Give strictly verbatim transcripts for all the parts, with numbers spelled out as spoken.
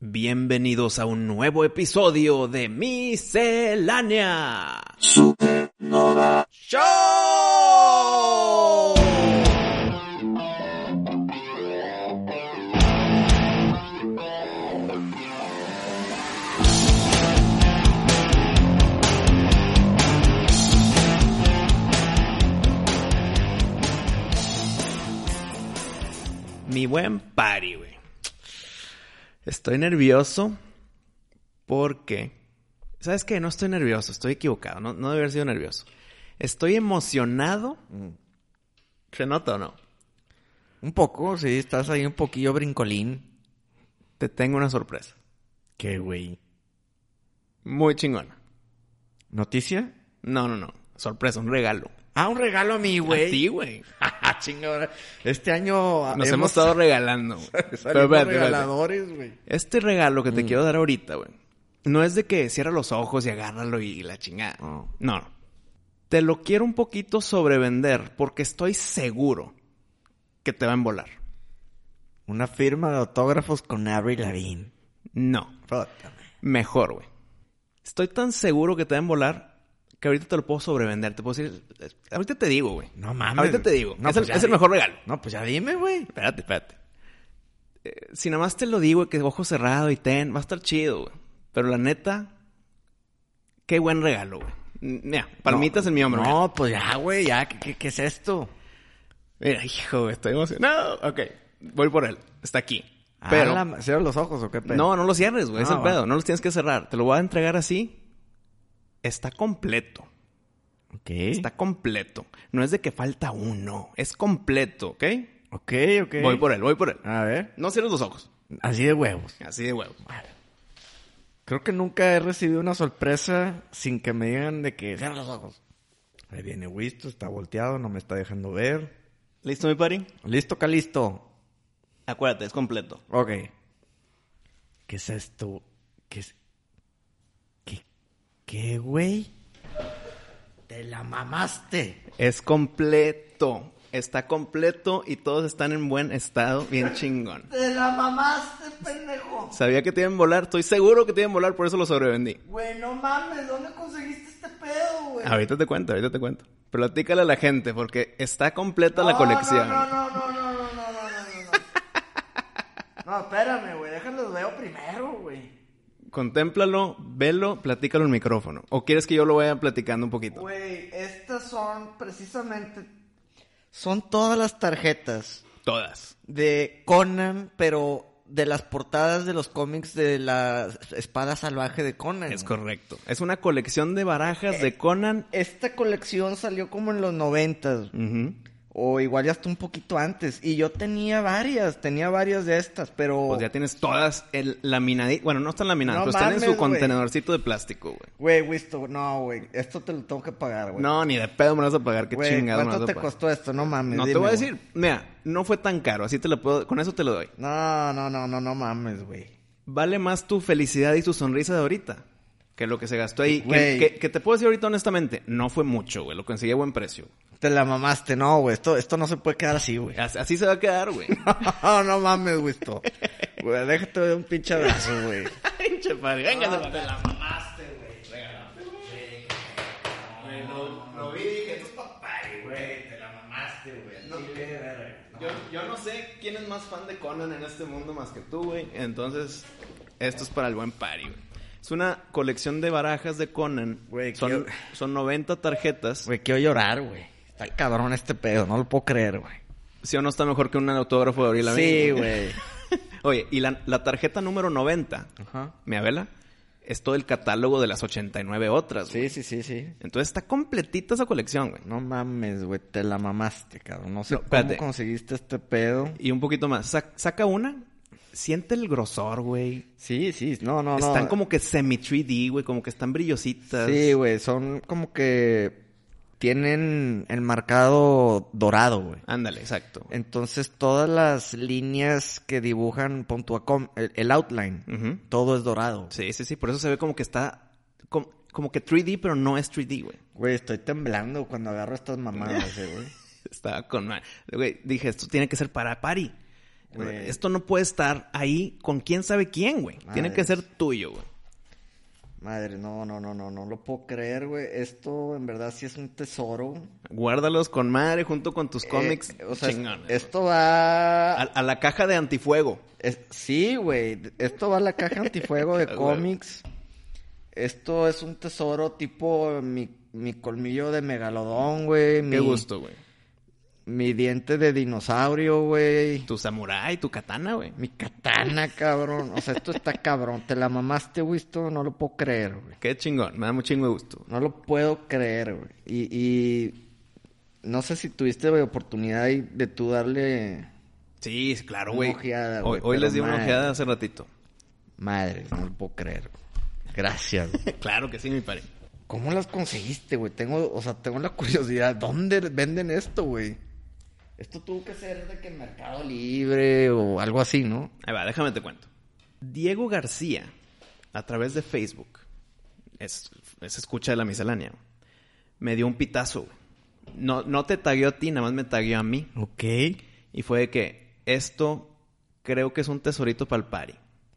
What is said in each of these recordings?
Bienvenidos a un nuevo episodio de Miscelánea Supernova Show. Mi buen pari, güey. Estoy nervioso porque... ¿Sabes qué? No estoy nervioso. Estoy equivocado. No, no debe haber sido nervioso. Estoy emocionado. ¿Se nota o no? Un poco, sí. Estás ahí un poquillo brincolín. Te tengo una sorpresa. ¿Qué, güey? Muy chingona. ¿Noticia? No, no, no. Sorpresa, un regalo. Ah, un regalo a mí, güey. A ti, güey. Chingada. Este año... Nos hemos estado regalando, güey. Pero espérate, regaladores, güey. Este regalo que te Mm. quiero dar ahorita, güey, no es de que cierra los ojos y agárralo y la chingada. Oh. No, no. Te lo quiero un poquito sobrevender porque estoy seguro que te va a embolar. Una firma de autógrafos con Avril Lavigne. No. Rótame. Mejor, güey. Estoy tan seguro que te va a embolar que ahorita te lo puedo sobrevender. Te puedo decir... Ahorita te digo, güey. No mames. Ahorita te digo. No, es pues el, ya es el di- mejor regalo. No, pues ya dime, güey. Espérate, espérate. Eh, si nada más te lo digo, que ojo cerrado y ten, va a estar chido, güey. Pero la neta, qué buen regalo, güey. Mm, Mira, palmitas No, en mi hombro. mira. No, pues ya, güey. Ya, ¿qué, qué, qué es esto? Mira, hijo, güey, estoy emocionado. Ok, voy por él. Está aquí. Ah, Pero, la- ¿Cierra los ojos o qué pedo? no, no lo cierres, güey. Es Ah, el va. pedo. No los tienes que cerrar. Te lo voy a entregar así. Está completo. Ok. Está completo. No es de que falta uno. Es completo, ¿ok? Ok, ok. Voy por él, voy por él. A ver. No cierres los ojos. Así de huevos. Así de huevos. Creo que nunca he recibido una sorpresa sin que me digan de que cierra los ojos. Ahí viene Wisto, está volteado, no me está dejando ver. ¿Listo, mi pari? ¿Listo, Calisto? Acuérdate, es completo. Ok. ¿Qué es esto? ¿Qué es...? ¿Qué? ¿Qué, güey? Te la mamaste. Es completo. Está completo y todos están en buen estado. Bien chingón. Te la mamaste, pendejo. Sabía que te iban a volar. Estoy seguro que te iban a volar, por eso lo sobrevendí. Güey, no mames, ¿dónde conseguiste este pedo, güey? Ahorita te cuento, ahorita te cuento. Platícale a la gente porque está completa la No, colección. No, no, no, no, no, no, no, no, no, no. No, espérame, güey, déjalos veo primero, güey. Contémplalo, velo, platícalo en micrófono. ¿O quieres que yo lo vaya platicando un poquito? Güey, estas son precisamente... Son todas las tarjetas Todas. de Conan, pero de las portadas de los cómics de la espada salvaje de Conan. Es güey. correcto. Es una colección de barajas de Conan. Esta colección salió como en los noventas. Ujú. O igual ya hasta un poquito antes. Y yo tenía varias, tenía varias de estas, pero... Pues ya tienes todas el laminadito. Bueno, no están laminadas, No pero están en su mames, güey. contenedorcito de plástico, güey. Güey, Wisto, no, güey. Esto te lo tengo que pagar, güey. No, ni de pedo me lo vas a pagar. Qué Güey, chingado me lo ¿cuánto vas a te pagar. costó esto? No mames, No te dime, voy a güey. decir. Mira, no fue tan caro. Así te lo puedo... Con eso te lo doy. No, no, no, no, no mames, güey. Vale más tu felicidad y tu sonrisa de ahorita que lo que se gastó ahí. Que, Güey. que- que te puedo decir ahorita honestamente, no fue mucho, güey. Lo conseguí a buen precio. Te la mamaste, no, güey. Esto, esto no se puede quedar así, güey. Así, así se va a quedar, güey. No, no mames, güey, esto. Güey, déjate de un pinche abrazo, güey. Pinche padre, véngase No, para te acá. la mamaste, güey. Güey, lo, lo vi y dije, esto es papá, Güey, te la mamaste, güey. No. Chile, verga. Yo, yo no sé quién es más fan de Conan en este mundo más que tú, güey. Entonces, esto es para el buen pari, güey. Es una colección de barajas de Conan. Güey, son, quiero- son noventa tarjetas. Güey, quiero llorar, güey. Está cabrón este pedo, no lo puedo creer, güey. ¿Sí o no está mejor que un autógrafo de Abril Lavigne? Sí, güey. Oye, y la, la tarjeta número noventa, Ajá. mi Abela, es todo el catálogo de las ochenta y nueve otras, güey. Sí, sí, sí, sí. Entonces está completita esa colección, güey. No mames, güey, te la mamaste, cabrón. No sé No, cómo espérate. conseguiste este pedo. Y un poquito más. Sac- saca una, siente el grosor, güey. Sí, sí, no, no, no. Están como que semi tres D, güey, como que están brillositas. Sí, güey, son como que tienen el marcado dorado, güey. Ándale, exacto. Entonces todas las líneas que dibujan Puntuacom, el, el outline, Ujú. todo es dorado. Sí, sí, sí. Por eso se ve como que está... Como, como que tres D, pero no es tres D, güey. Güey, estoy temblando cuando agarro estas mamadas, eh, güey. Estaba con... ma- Güey, dije, esto tiene que ser para Pari. Güey. Esto no puede estar ahí con quién sabe quién, güey. Tiene Madre. que ser tuyo, güey. Madre, no, no, no, no, no lo puedo creer, güey. Esto en verdad sí es un tesoro. Guárdalos con madre junto con tus cómics Eh, o sea, chingones. esto va... A, a la caja de antifuego. Es- sí, güey. Esto va a la caja antifuego de Güey. cómics. Esto es un tesoro tipo mi, mi colmillo de megalodón, güey. Mi, Qué gusto, güey. Mi diente de dinosaurio, güey. Tu samurái, tu katana, güey. Mi katana, cabrón. O sea, esto está cabrón. Te la mamaste, güey. Esto no lo puedo creer, güey. Qué chingón. Me da mucho chingo de gusto. No lo puedo creer, güey. Y, y no sé si tuviste, güey, oportunidad de, de tú darle... Sí, claro, Una güey. ojeada, Hoy, güey, hoy pero les di una madre. ojeada hace ratito. Madre, no lo puedo creer, güey. Gracias, güey. Claro que sí, mi pari. ¿Cómo las conseguiste, güey? Tengo, o sea, tengo la curiosidad. ¿Dónde venden esto, güey? Esto tuvo que ser de que en Mercado Libre o algo así, ¿no? Ahí va, déjame te cuento. Diego García, a través de Facebook, es, es escucha de la miscelánea, me dio un pitazo, güey. No, no te tagueó a ti, nada más me tagueó a mí. Ok. Y fue de que esto creo que es un tesorito para el pari.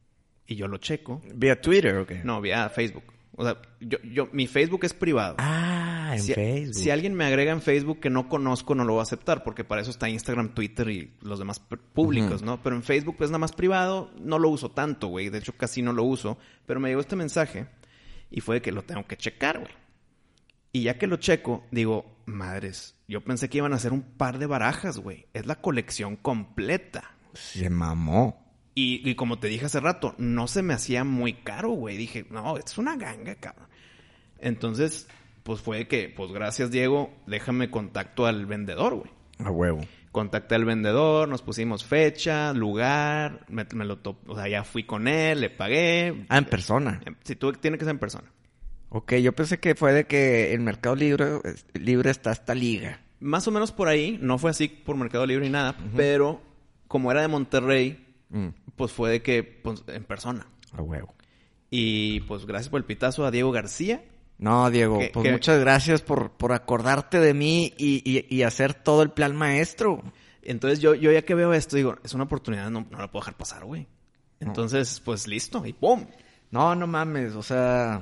Y yo lo checo. ¿Vía Twitter o qué? No, vía Facebook. O sea, yo, yo, mi Facebook es privado. Ah, en si, Facebook. si alguien me agrega en Facebook que no conozco, no lo voy a aceptar, porque para eso está Instagram, Twitter y los demás p- públicos, Ujú. ¿no? Pero en Facebook es nada más privado, no lo uso tanto, güey. De hecho, casi no lo uso. Pero me llegó este mensaje y fue de que lo tengo que checar, güey. Y ya que lo checo, digo, madres, yo pensé que iban a hacer un par de barajas, güey. Es la colección completa. Se mamó. Y, y como te dije hace rato, no se me hacía muy caro, güey. Dije, no, es una ganga, cabrón. Entonces, pues fue que, pues gracias, Diego, déjame contacto al vendedor, güey. A huevo. Contacté al vendedor, nos pusimos fecha, lugar, me, me lo top, o sea, ya fui con él, le pagué. Ah, en persona. Si tú tiene que ser en persona. Ok, yo pensé que fue de que en Mercado Libre, Libre está esta liga. Más o menos por ahí, no fue así por Mercado Libre ni nada, pero como era de Monterrey, Mm. pues fue de que, pues, en persona. A huevo. Y pues gracias por el pitazo a Diego García. No, Diego, ¿Qué- pues qué? muchas gracias por, por acordarte de mí y, y, y hacer todo el plan maestro. Entonces yo, yo ya que veo esto, digo, es una oportunidad, no, no la puedo dejar pasar, güey. Entonces, pues listo, y ¡pum! No, no mames, o sea...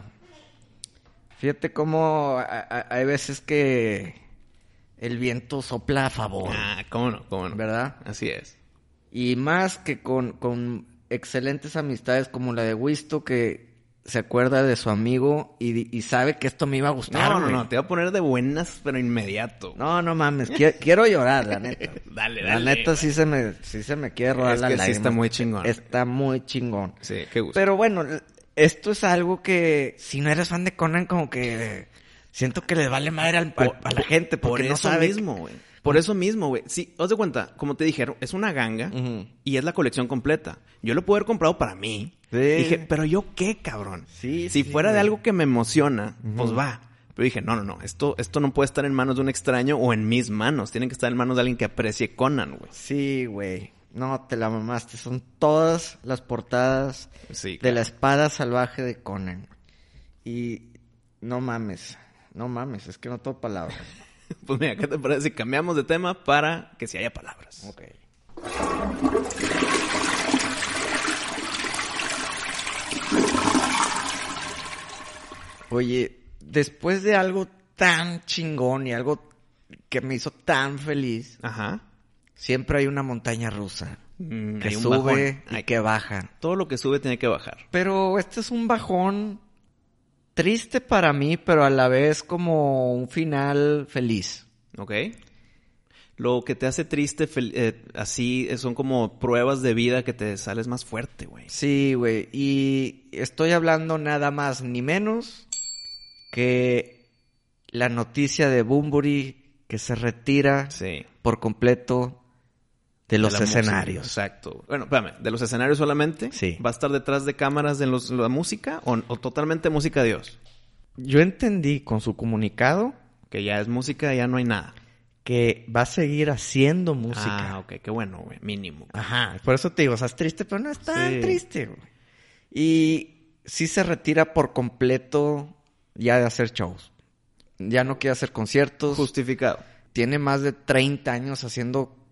Fíjate cómo a- a- hay veces que el viento sopla a favor, Ah, cómo no, cómo no. ¿verdad? Así es. Y más que con, con excelentes amistades como la de Wisto, que se acuerda de su amigo y, y sabe que esto me iba a gustar, No, no, güey. no, te voy a poner de buenas, pero inmediato. No, no mames, qui- quiero llorar, la neta. Dale, La dale, neta güey. sí se me, sí se me quiere rodar Es la que sí lágrima. está muy chingón. Está muy chingón. Sí, qué gusto. Pero bueno, esto es algo que si no eres fan de Conan, como que siento que le vale madre al- al- a la gente por porque no eso sabe. mismo, güey. Por eso mismo, güey. Sí, haz de cuenta, como te dijeron, es una ganga Ujú. y es la colección completa. Yo lo puedo haber comprado para mí. Sí. Dije, pero yo qué, cabrón. Sí, si sí, fuera de güey. algo que me emociona, pues va. Pero dije, no, no, no. Esto, esto no puede estar en manos de un extraño o en mis manos. Tienen que estar en manos de alguien que aprecie Conan, güey. Sí, güey. No, te la mamaste. Son todas las portadas Sí, de claro. la espada salvaje de Conan. Y no mames. No mames, es que no tengo palabras. Pues mira, ¿qué te parece si cambiamos de tema para que si haya palabras? Ok. Oye, después de algo tan chingón y algo que me hizo tan feliz, Ajá. siempre hay una montaña rusa Mm, que hay un sube bajón. y Hay- que baja. Todo lo que sube tiene que bajar. Pero este es un bajón triste para mí, pero a la vez como un final feliz. ¿Ok? Lo que te hace triste, fel- eh, así, eh, son como pruebas de vida que te sales más fuerte, güey. Sí, güey. Y estoy hablando nada más ni menos que la noticia de Bunbury que se retira Sí. por completo de los De la música, escenarios. Exacto. Bueno, espérame, ¿de los escenarios solamente? Sí. ¿Va a estar detrás de cámaras de los, la música o, o totalmente música de Dios? Yo entendí con su comunicado Que ya es música, ya no hay nada. que va a seguir haciendo música. Ah, ok, qué bueno, güey, mínimo. Ajá, por eso te digo, o sea, es triste, pero no es tan Sí. triste, güey. Y sí se retira por completo ya de hacer shows. Ya no quiere hacer conciertos. Justificado. Tiene más de treinta años haciendo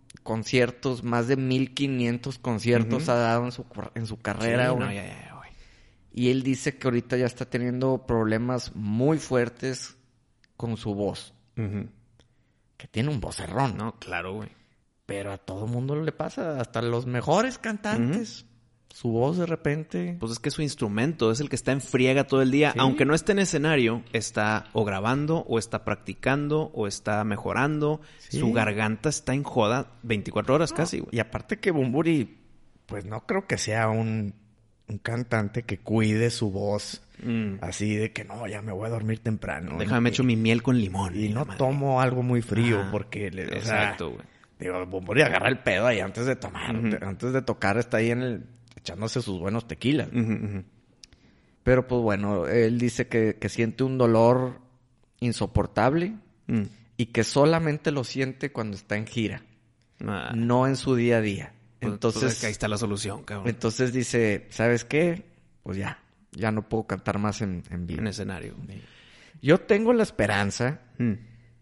conciertos, más de mil quinientos conciertos Uh-huh. ha dado en su, en su carrera, Sí, güey. no, ya, ya, güey. Y él dice que ahorita ya está teniendo problemas muy fuertes con su voz. Uh-huh. Que tiene un vocerrón, ¿no? No, claro, güey. Pero a todo mundo le pasa, hasta los mejores cantantes. Uh-huh. Su voz de repente... Pues es que su instrumento es el que está en friega todo el día. ¿Sí? Aunque no esté en escenario, está o grabando, o está practicando, o está mejorando. Sí. Su garganta está en joda veinticuatro horas no, casi, güey. Y aparte que Bunbury, pues no creo que sea un, un cantante que cuide su voz. Mm. Así de que no, ya me voy a dormir temprano. Déjame y, echo mi miel con limón. Y no madre. tomo algo muy frío ah, porque... Le, exacto, güey. O sea, digo, Bunbury agarra el pedo ahí antes de tomar. Uh-huh. Antes de tocar está ahí en el... echándose sus buenos tequilas. Uh-huh, uh-huh. Pero pues bueno, él dice que, que siente un dolor insoportable mm. y que solamente lo siente cuando está en gira. Ah. No en su día a día. Pues, entonces, pues ahí está la solución, cabrón. Entonces dice, ¿sabes qué? Pues ya, ya no puedo cantar más en, en vivo. En escenario. Yo tengo la esperanza mm.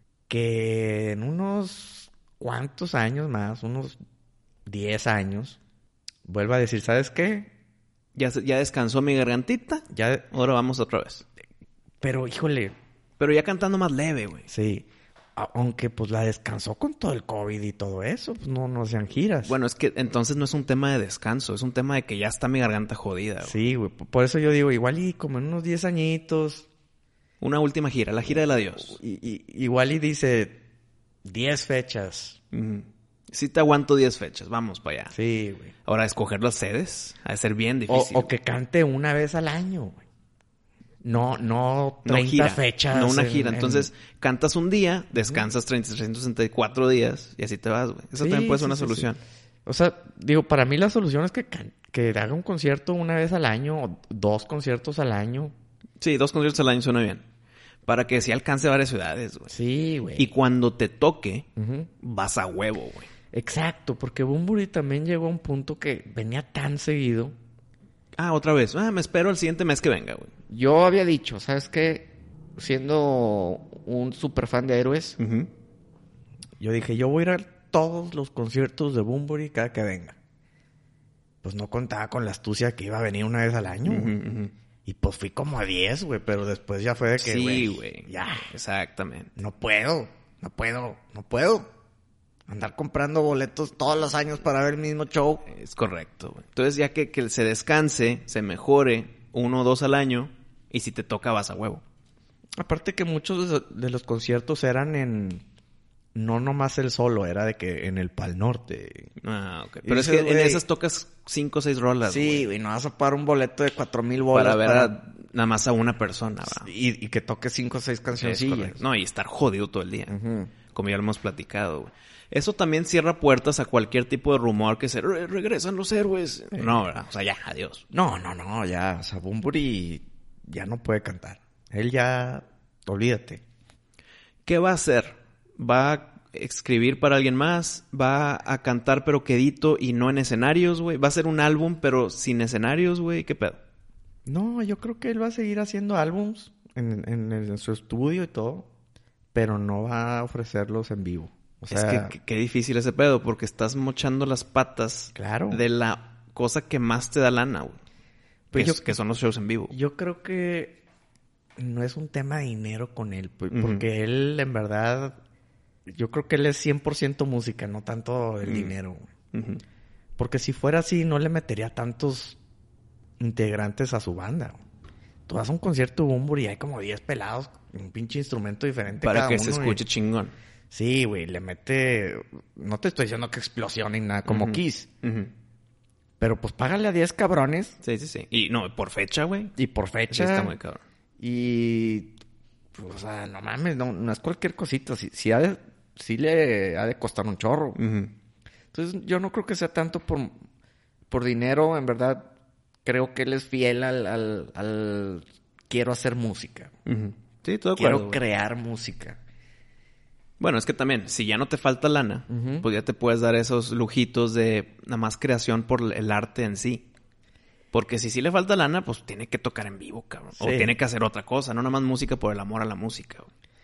que en unos cuantos años más, unos diez años... vuelva a decir, ¿sabes qué? Ya, ya descansó mi gargantita. Ya. Ahora vamos otra vez. Pero, híjole. Pero ya cantando más leve, güey. Sí. Aunque, pues, la descansó con todo el COVID y todo eso. Pues, no, no sean giras. Bueno, es que entonces no es un tema de descanso. Es un tema de que ya está mi garganta jodida, güey. Sí, güey. Por eso yo digo, igual y como en unos diez añitos. Una última gira. La gira del adiós. Y, y, igual y dice diez fechas. Mm. Sí te aguanto diez fechas, vamos para allá. Sí, güey. Ahora, escoger las sedes ha de ser bien difícil. O, o que cante una vez al año, güey. No, no treinta no gira, fechas. No una gira. En, Entonces, en... cantas un día, descansas trescientos sesenta y cuatro días y así te vas, güey. Eso sí, también puede ser sí, una sí, solución. Sí. O sea, digo, para mí la solución es que, que haga un concierto una vez al año o dos conciertos al año. Sí, dos conciertos al año suena bien. Para que sí alcance varias ciudades, güey. Sí, güey. Y cuando te toque, uh-huh. vas a huevo, güey. Exacto, porque Bunbury también llegó a un punto que venía tan seguido. Ah, otra vez. Ah, me espero el siguiente mes que venga, güey. Yo había dicho, ¿sabes qué? Siendo un super fan de Héroes, uh-huh. yo dije, yo voy a ir a todos los conciertos de Bunbury cada que venga. Pues no contaba con la astucia que iba a venir una vez al año. Uh-huh, uh-huh. Y pues fui como a diez, güey, pero después ya fue de que, sí, güey. Ya. Exactamente. No puedo, no puedo, no puedo. Andar comprando boletos todos los años para ver el mismo show. Es correcto, güey. Entonces ya que, que se descanse, se mejore, uno o dos al año, y si te toca vas a huevo. Aparte que muchos de, de los conciertos eran en... No nomás el solo, era de que en el Pal Norte. Ah, ok. Pero es que wey, en esas tocas cinco o seis rolas, sí, güey. No vas a pagar un boleto de cuatro mil bolas. Para ver para... A, nada más a una persona, ¿verdad? Y, y que toque cinco o seis canciones. No, y estar jodido todo el día. Uh-huh. Como ya lo hemos platicado, güey. Eso también cierra puertas a cualquier tipo de rumor que se... Re- regresan los héroes. Sí. No, ¿verdad? O sea, ya, adiós. No, no, no, ya. O sea, Bunbury ya no puede cantar. Él ya... Olvídate. ¿Qué va a hacer? ¿Va a escribir para alguien más? ¿Va a cantar pero quedito y no en escenarios, güey? ¿Va a hacer un álbum pero sin escenarios, güey? ¿Qué pedo? No, yo creo que él va a seguir haciendo álbums en, en, en su estudio y todo. Pero no va a ofrecerlos en vivo. O sea, es que qué difícil ese pedo, porque estás mochando las patas claro. de la cosa que más te da lana, güey. Pues que, yo, es, que son los shows en vivo. Yo creo que no es un tema de dinero con él, pues, uh-huh. porque él, en verdad, yo creo que él es cien por ciento música, no tanto el uh-huh. dinero. Uh-huh. Porque si fuera así, no le metería tantos integrantes a su banda. Tú vas a un concierto de Bunbury y hay como diez pelados, un pinche instrumento diferente para cada que uno, se escuche y... chingón. Sí, güey, le mete... No te estoy diciendo que explosione ni nada, como uh-huh. Kiss. Uh-huh. Pero pues págale a diez cabrones. Sí, sí, sí. Y no, por fecha, güey. Y por fecha. Sí, está muy cabrón. Y... Pues, o sea, no mames, no, no es cualquier cosita. Sí, sí, ha de, sí le ha de costar un chorro. Uh-huh. Entonces, yo no creo que sea tanto por, por dinero. En verdad, creo que él es fiel al... al, al quiero hacer música. Uh-huh. Sí, todo de acuerdo. Quiero güey. crear música. Bueno, es que también, si ya no te falta lana, uh-huh. pues ya te puedes dar esos lujitos de nada más creación por el arte en sí. Porque si sí le falta lana, pues tiene que tocar en vivo, cabrón. Sí. O tiene que hacer otra cosa, no nada más música por el amor a la música. Güey.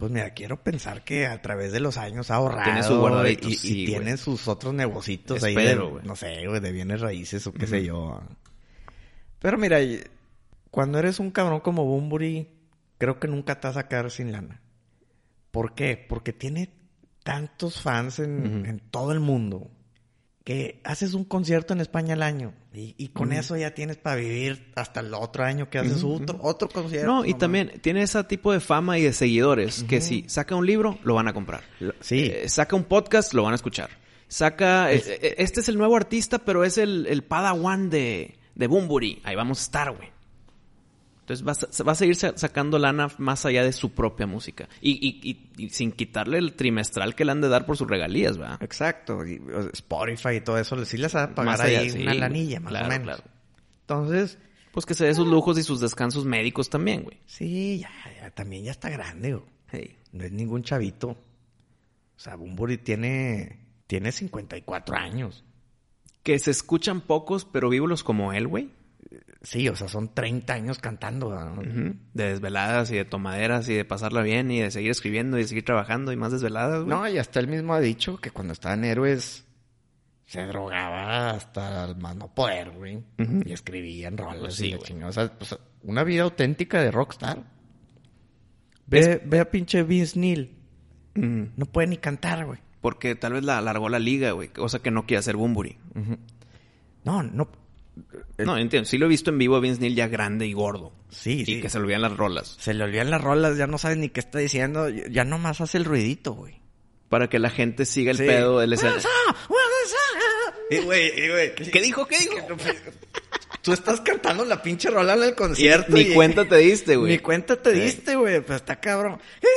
Pues mira, quiero pensar que a través de los años ha ahorrado. Tiene sus guardaditos, y, sí, y tiene sus otros negocitos Espero, ahí de, güey. no sé, güey, de bienes raíces o qué Uh-huh. sé yo. Pero mira, cuando eres un cabrón como Bunbury, creo que nunca te vas a quedar sin lana. ¿Por qué? Porque tiene tantos fans en, uh-huh. en todo el mundo que haces un concierto en España al año y, y con uh-huh. eso ya tienes para vivir hasta el otro año que haces uh-huh. otro, otro concierto. No, y no, también man. tiene ese tipo de fama y de seguidores uh-huh. que si saca un libro, lo van a comprar. Sí. Eh, saca un podcast, lo van a escuchar. Saca... Es... Eh, este es el nuevo artista, pero es el, el padawan de, de Bunbury. Ahí vamos a estar, güey. Entonces va a, va a seguir sacando lana más allá de su propia música. Y, y, y, y sin quitarle el trimestral que le han de dar por sus regalías, ¿verdad? Exacto. Y Spotify y todo eso, sí les va a pagar más allá, ahí sí, una lanilla, más claro, o menos. Claro. Entonces... Pues que se dé sus lujos y sus descansos médicos también, güey. Sí, ya, ya también ya está grande, güey. Hey. No es ningún chavito. O sea, Bunbury tiene... Tiene cincuenta y cuatro años. Que se escuchan pocos, pero vívos como él, güey. Sí, o sea, son treinta años cantando, ¿no? Uh-huh. De desveladas y de tomaderas y de pasarla bien y de seguir escribiendo y de seguir trabajando y más desveladas, güey. No, y hasta él mismo ha dicho que cuando estaba en Héroes se drogaba hasta el más no poder, güey. Uh-huh. Y escribía en rolas pues sí, y la chingada. O sea, pues, una vida auténtica de rockstar. Ve, es... ve a pinche Vince Neil. Uh-huh. No puede ni cantar, güey. Porque tal vez la alargó la liga, güey. Cosa que no quiere hacer Bunbury. Uh-huh. No, no... El... No, entiendo. Sí lo he visto en vivo a Vince Neil ya grande y gordo. Sí, y sí. Y que se le olvidan las rolas. Se le olvidan las rolas, ya no sabes ni qué está diciendo. Ya nomás hace el ruidito, güey. Para que la gente siga el sí. pedo del escenario. Y güey, y güey. ¿Qué dijo? ¿Qué dijo? Tú estás cantando la pinche rola en el concierto. Y, y... Ni cuenta te diste, güey. Ni cuenta te diste, güey. Pero está cabrón.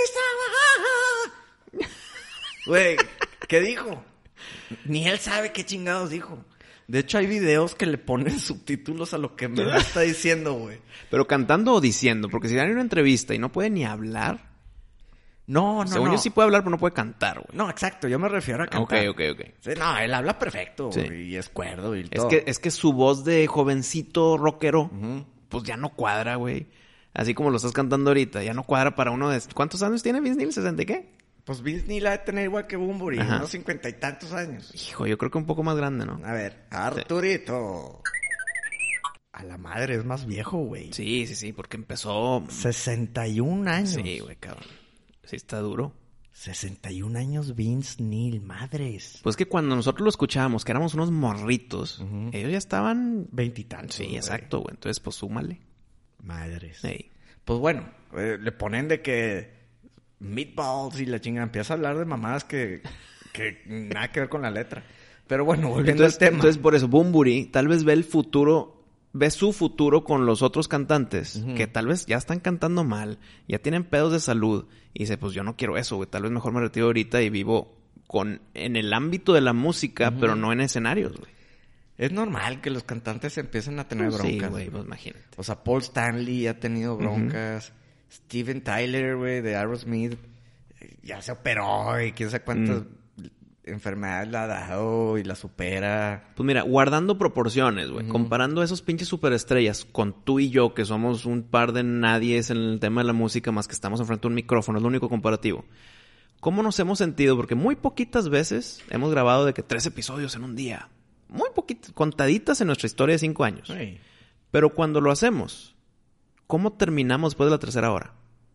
Güey, ¿qué dijo? Ni él sabe qué chingados dijo. De hecho, hay videos que le ponen subtítulos a lo que me está diciendo, güey. ¿Pero cantando o diciendo? Porque si dan una entrevista y no puede ni hablar... No, no, Según no. yo sí puede hablar, pero no puede cantar, güey. No, exacto. Yo me refiero a cantar. Ok, ok, ok. Sí, no, él habla perfecto, sí. Y es cuerdo y es todo. Que, es que su voz de jovencito rockero, uh-huh. pues ya no cuadra, güey. Así como lo estás cantando ahorita. Ya no cuadra para uno de... ¿Cuántos años tiene Vince Neil? ¿sesenta y qué? Pues Vince Neil ha de tener igual que Bunbury, Ajá. unos cincuenta y tantos años. Hijo, yo creo que un poco más grande, ¿no? A ver, Arturito. Sí. A la madre, es más viejo, güey. Sí, sí, sí, porque empezó... sesenta y un años. Sí, güey, cabrón. Sí está duro. sesenta y un años Vince Neil, madres. Pues que cuando nosotros lo escuchábamos, que éramos unos morritos, uh-huh. ellos ya estaban... Veintitantos. Sí, exacto, güey. Entonces, pues, súmale. Madres. Sí. Pues bueno, eh, le ponen de que... Meatballs y la chinga. Empieza a hablar de mamadas que, que nada que ver con la letra. Pero bueno, volviendo entonces, al tema. Entonces, por eso, Bunbury tal vez ve el futuro, ve su futuro con los otros cantantes, uh-huh. que tal vez ya están cantando mal, ya tienen pedos de salud, y dice, pues yo no quiero eso, güey. Tal vez mejor me retiro ahorita y vivo con en el ámbito de la música, uh-huh. pero no en escenarios, güey. Es normal que los cantantes empiecen a tener pues broncas. Sí, güey, pues imagínate. O sea, Paul Stanley ha tenido broncas... Uh-huh. Steven Tyler, güey, de Aerosmith, ya se operó y quién sabe cuántas mm. enfermedades la ha dado y la supera. Pues mira, guardando proporciones, güey, uh-huh. comparando a esos pinches superestrellas con tú y yo, que somos un par de nadies en el tema de la música, más que estamos enfrente de un micrófono, es lo único comparativo. ¿Cómo nos hemos sentido? Porque muy poquitas veces hemos grabado de que tres episodios en un día. Muy poquitas, contaditas en nuestra historia de cinco años. Sí. Pero cuando lo hacemos... ¿Cómo terminamos después de la tercera hora?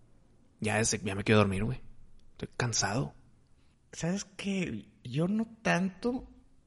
Ya, ese, ya me quiero dormir, güey. Estoy cansado. ¿Sabes qué? Yo no tanto,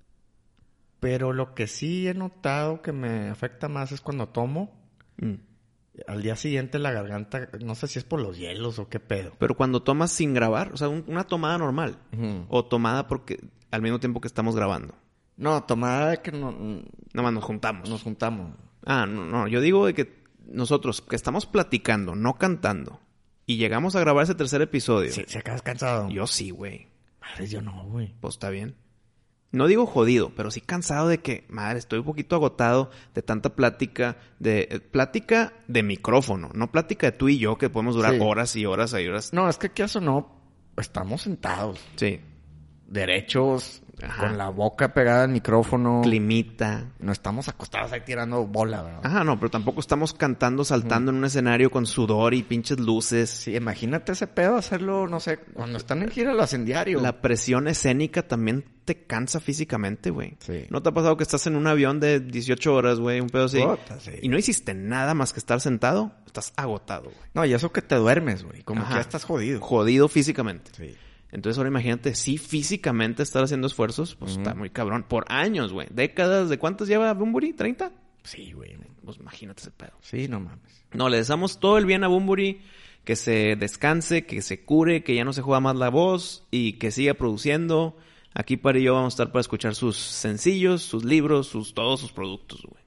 pero lo que sí he notado que me afecta más es cuando tomo. Mm. Al día siguiente la garganta, no sé si es por los hielos o qué pedo. Pero cuando tomas sin grabar, o sea, un, una tomada normal. Uh-huh. O tomada porque al mismo tiempo que estamos grabando. No, tomada de que no... Nada más nos juntamos. Nos juntamos. Ah, no, no. Yo digo de que nosotros que estamos platicando, no cantando, y llegamos a grabar ese tercer episodio. Sí, ¿se acabas cansado? Yo sí, güey. Madre, yo no, güey. Pues está bien. No digo jodido, pero sí cansado de que, madre, estoy un poquito agotado de tanta plática, de eh, plática de micrófono, no plática de tú y yo que podemos durar sí. horas y horas y horas. No, es que aquí eso no, estamos sentados. Sí. Derechos, Ajá. Con la boca pegada al micrófono. Climita. No estamos acostados ahí tirando bola, ¿verdad? Ajá, no, pero tampoco estamos cantando, saltando mm. en un escenario con sudor y pinches luces. Sí, imagínate ese pedo hacerlo, no sé, cuando están en gira lo hacen diario. La presión escénica también te cansa físicamente, güey. Sí. ¿No te ha pasado que estás en un avión de dieciocho horas, güey? Un pedo así. Gota, sí. Y no hiciste nada más que estar sentado. Estás agotado, güey. No, y eso que te duermes, güey. Como Ajá. que ya estás jodido. Jodido físicamente. Sí. Entonces ahora imagínate, sí, físicamente estar haciendo esfuerzos, pues uh-huh. está muy cabrón. Por años, güey. Décadas. ¿De cuántas lleva Bunbury? ¿treinta? Sí, güey. Pues imagínate ese pedo. Sí, no mames. No, le deseamos todo el bien a Bunbury. Que se descanse, que se cure, que ya no se juega más la voz y que siga produciendo. Aquí para y yo vamos a estar para escuchar sus sencillos, sus libros, sus todos sus productos, güey.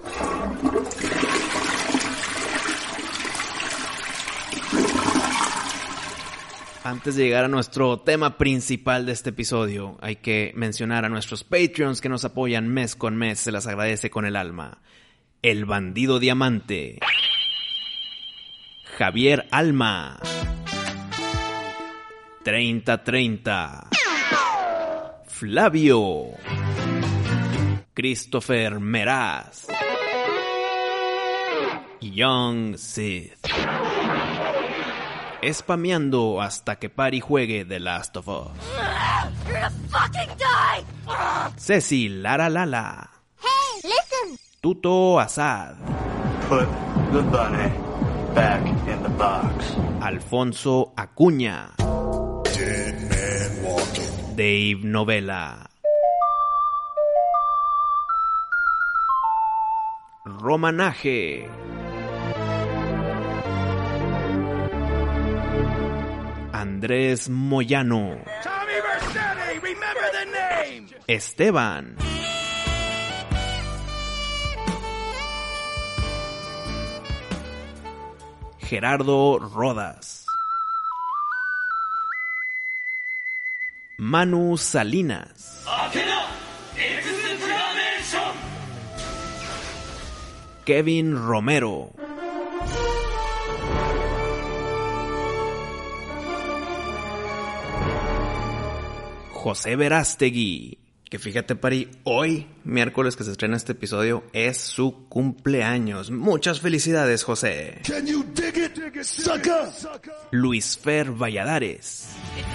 Antes de llegar a nuestro tema principal de este episodio, hay que mencionar a nuestros Patreons que nos apoyan mes con mes. Se las agradece con el alma. El Bandido Diamante. Javier Alma. treinta treinta. Flavio. Christopher Meraz. Young Sith. Spameando hasta que Pari juegue The Last of Us. You're gonna fucking die! Ceci Lara Lala. Hey, listen! Tuto Asad. Put the bunny back in the box. Alfonso Acuña. Dead man walking. Dave Novela. Romanaje. Andrés Moyano. Tommy Vercetti, remember the name. Esteban. Gerardo Rodas. Manu Salinas. Kevin Romero. José Verástegui. Que fíjate, Pari, hoy, miércoles que se estrena este episodio, es su cumpleaños. Muchas felicidades, José. Can you dig it, dig it, sucker? Luis Fer Valladares.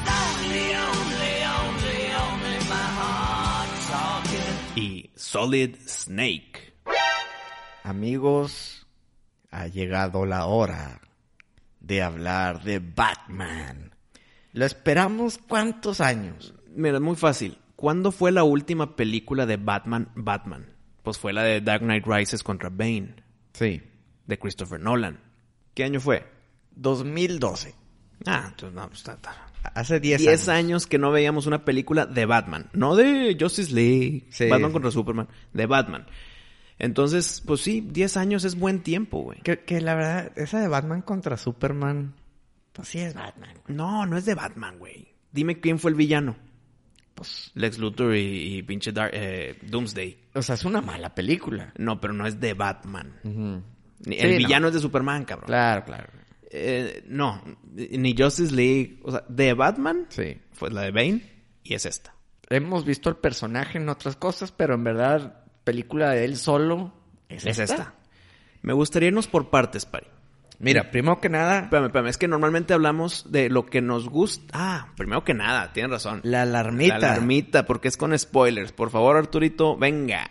Y Solid Snake. Amigos, ha llegado la hora de hablar de Batman. ¿Lo esperamos cuántos años? Mira, es muy fácil. ¿Cuándo fue la última película de Batman, Batman? Pues fue la de Dark Knight Rises contra Bane. Sí. De Christopher Nolan. ¿Qué año fue? dos mil doce. Ah, entonces no, pues está, está. Hace diez años. diez años que no veíamos una película de Batman. No de Justice League, sí, Batman sí. contra Superman. De Batman. Entonces, pues sí, diez años es buen tiempo, güey. Que, que la verdad, esa de Batman contra Superman, pues sí es Batman. Güey. No, no es de Batman, güey. Dime quién fue el villano. Pues Lex Luthor y, y pinche Dark, eh, Doomsday. O sea, es una mala película. No, pero no es de Batman. Uh-huh. Ni, Sí, el no. villano es de Superman, cabrón. Claro, claro. Eh, no, ni Justice League. O sea, de Batman Sí. fue la de Bane y es esta. Hemos visto el personaje en otras cosas, pero en verdad, película de él solo es, Es esta. esta. Me gustaría irnos por partes, Pari. Mira, primero que nada, Espérame, espérame. Es que normalmente hablamos de lo que nos gusta. Ah, primero que nada, tienes razón. la alarmita. La alarmita, porque es con spoilers. Por favor, Arturito, venga.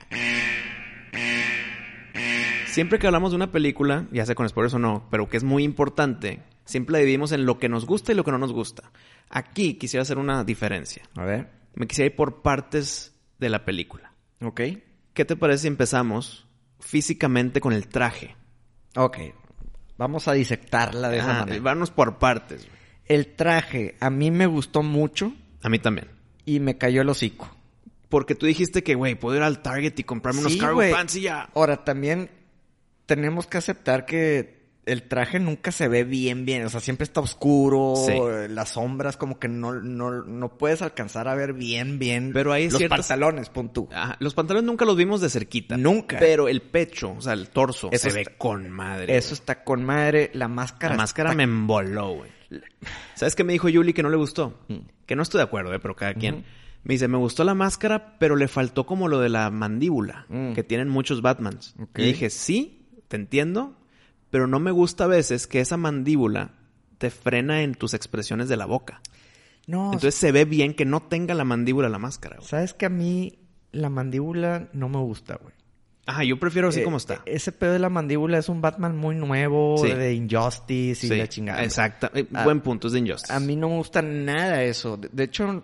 Siempre que hablamos de una película, ya sea con spoilers o no, pero que es muy importante, siempre la dividimos en lo que nos gusta y lo que no nos gusta. Aquí quisiera hacer una diferencia. A ver. Me quisiera ir por partes de la película. Ok. ¿Qué te parece si empezamos físicamente con el traje? Ok. Vamos a disectarla de esa Ah, manera. Vamos por partes. Güey. El traje a mí me gustó mucho A mí también. y me cayó el hocico. Porque tú dijiste que, güey, puedo ir al Target y comprarme unos Sí, cargo güey. pants y ya. Ahora, también tenemos que aceptar que el traje nunca se ve bien, bien. O sea, siempre está oscuro. Sí. eh, Las sombras como que no, no, no puedes alcanzar a ver bien, bien. Pero hay los ciertas- pantalones, pon tú. Ajá, los pantalones nunca los vimos de cerquita. Nunca. Pero el pecho, o sea, el torso, Eso se está- ve con madre. Eso está con madre. La máscara. La máscara está- me emboló, güey. ¿Sabes qué me dijo Yuli que no le gustó? Mm. Que no estoy de acuerdo, eh, pero cada quien. Ujú. Me dice, me gustó la máscara, pero le faltó como lo de la mandíbula, Mm. que tienen muchos Batmans. Ok. Y dije, sí, te entiendo, pero no me gusta a veces que esa mandíbula te frena en tus expresiones de la boca. No, Entonces se ve bien que no tenga la mandíbula la máscara, güey. ¿sabes que a mí la mandíbula no me gusta, güey? Ajá, yo prefiero así Eh, como está. Ese pedo de la mandíbula es un Batman muy nuevo, Sí. de Injustice y Sí, la chingada. exacto. Eh, Ah, Buen punto, es de Injustice. A mí no me gusta nada eso. De, de hecho,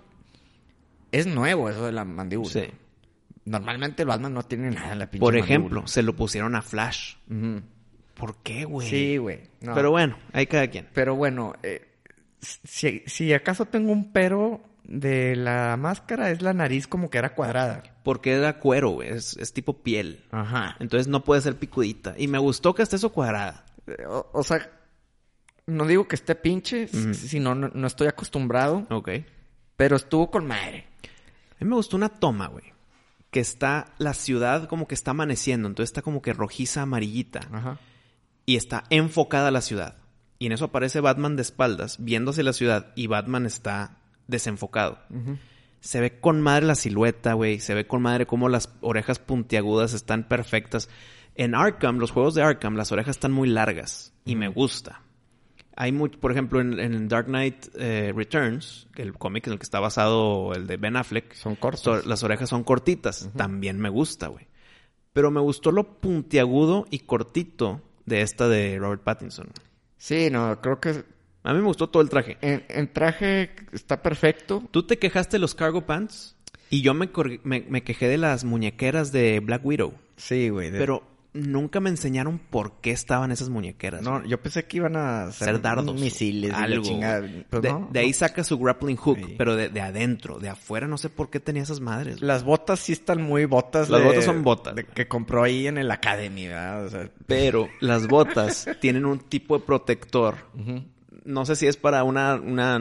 es nuevo eso de la mandíbula. Sí. Normalmente el Batman no tiene nada en la pinche Por mandíbula. ejemplo, se lo pusieron a Flash. Ujú. ¿Por qué, güey? Sí, güey. No. Pero bueno, hay cada quien. Pero bueno, eh, si, si acaso tengo un pero de la máscara, es la nariz como que era cuadrada. Porque era cuero, güey. Es, es tipo piel. Ajá. Entonces no puede ser picudita. Y me gustó que esté eso cuadrada. O, o sea, no digo que esté pinche, Ujú. si no, no, no estoy acostumbrado, Ok. pero estuvo con madre. A mí me gustó una toma, güey. Que está la ciudad como que está amaneciendo. Entonces está como que rojiza, amarillita. Ajá. Y está enfocada la ciudad. Y en eso aparece Batman de espaldas, viéndose la ciudad. Y Batman está desenfocado. Ujú. Se ve con madre la silueta, güey. Se ve con madre cómo las orejas puntiagudas están perfectas. En Arkham, los juegos de Arkham, las orejas están muy largas. Y me gusta. Hay muy, por ejemplo, en, en Dark Knight eh, Returns, que el cómic en el que está basado el de Ben Affleck, Son cortos. so- las orejas son cortitas. También me gusta, güey. Pero me gustó lo puntiagudo y cortito de esta de Robert Pattinson. Sí, no, creo que A mí me gustó todo el traje. en, en traje está perfecto. Tú te quejaste de los cargo pants y yo me, cor- me, me quejé de las muñequeras de Black Widow. Sí, güey. de- Pero nunca me enseñaron por qué estaban esas muñequeras. No, güey. yo pensé que iban a ser, Ser dardos. misiles y la algo. chingada. Pues de, no, de ahí no. saca su grappling hook, Sí. pero de, de adentro, de afuera, no sé por qué tenía esas madres. güey. Las botas sí están muy botas. Las de- botas son botas. de que compró ahí en el Academy, ¿verdad? O sea, Pero las botas tienen un tipo de protector. No sé si es para una, una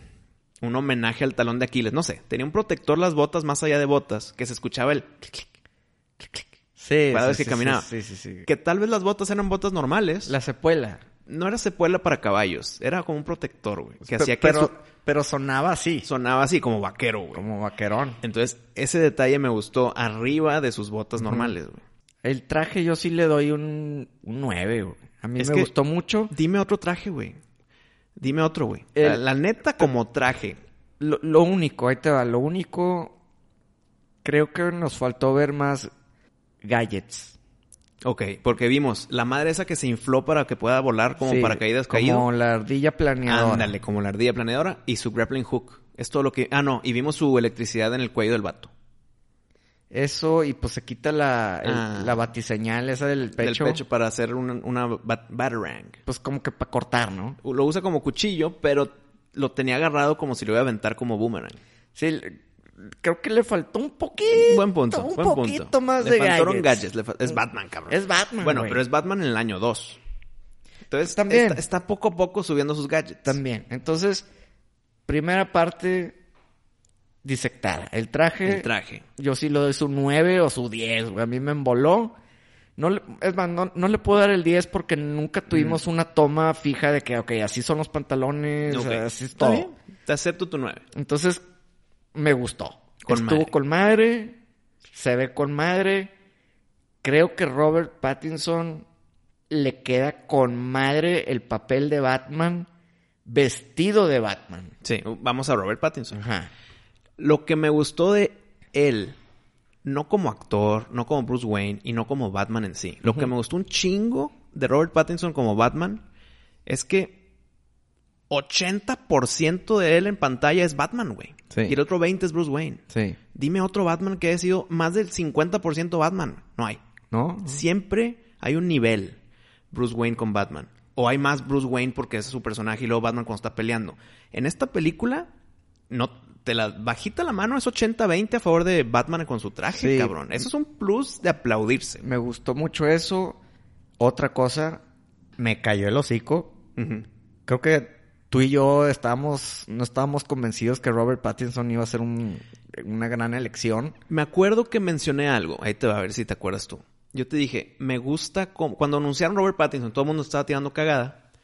un homenaje al talón de Aquiles. No sé. Tenía un protector las botas más allá de botas, que se escuchaba el clic, clic, clic, clic. sí, Cada sí, vez que sí, caminaba. Sí, sí, sí. sí. Que tal vez las botas eran botas normales. La sepuela. No era sepuela para caballos. Era como un protector, güey. Que Pe- hacía que pero, su- pero sonaba así. sonaba así como vaquero, güey. Como vaquerón. Entonces, ese detalle me gustó arriba de sus botas normales, güey. El traje yo sí le doy un, un nueve, güey. A mí Es me que- gustó mucho. Dime otro traje, güey. Dime otro, güey. El- La, la neta, como traje. Lo, lo único, ahí te va. Lo único, creo que nos faltó ver más gadgets. Ok, porque vimos la madre esa que se infló para que pueda volar como Sí, paracaídas como caído. la ardilla planeadora. Ándale, como la ardilla planeadora y su grappling hook. Es todo lo que... Ah, no, y vimos su electricidad en el cuello del vato. Eso, y pues se quita la, el- Ah. la batiseñal esa del pecho. Del pecho para hacer una, una bat- batarang. Pues como que para cortar, ¿no? Lo usa como cuchillo, pero lo tenía agarrado como si lo iba a aventar como boomerang. Sí, le- creo que le faltó un poquito. Buen punto, Un buen poquito punto. más Le de faltaron gadgets. gadgets. le fa- Es Batman, cabrón. Es Batman, Bueno, güey. pero es Batman en el año dos. Entonces, También. Está, está poco a poco subiendo sus gadgets. También. Entonces, primera parte disectada. El traje, El traje. yo sí lo doy su nueve o su diez, güey. A mí me emboló. No le, es más, no, no le puedo dar el diez porque nunca tuvimos una toma fija de que, ok, así son los pantalones, Ok. así es Está todo. bien. Te acepto tu nueve. Entonces, me gustó. Con Estuvo madre. con madre, se ve con madre. Creo que Robert Pattinson le queda con madre el papel de Batman vestido de Batman. Sí, vamos a Robert Pattinson. Ajá. Lo que me gustó de él, no como actor, no como Bruce Wayne y no como Batman en sí. Lo que me gustó un chingo de Robert Pattinson como Batman es que ochenta por ciento de él en pantalla es Batman, güey. Sí. Y el otro veinte es Bruce Wayne. Sí. Dime otro Batman que haya sido más del cincuenta por ciento Batman. No hay. ¿No? Siempre hay un nivel Bruce Wayne con Batman. O hay más Bruce Wayne porque ese es su personaje y luego Batman cuando está peleando. En esta película, no te la bajita la mano, es ochenta veinte a favor de Batman con su traje, Sí. cabrón. Eso es un plus de aplaudirse. Me gustó mucho eso. Otra cosa, me cayó el hocico. Ujú. Creo que tú y yo estábamos, no estábamos convencidos que Robert Pattinson iba a ser un, una gran elección. Me acuerdo que mencioné algo. Ahí te va a ver si te acuerdas tú. Yo te dije, me gusta... cómo- Cuando anunciaron Robert Pattinson, todo el mundo estaba tirando cagada.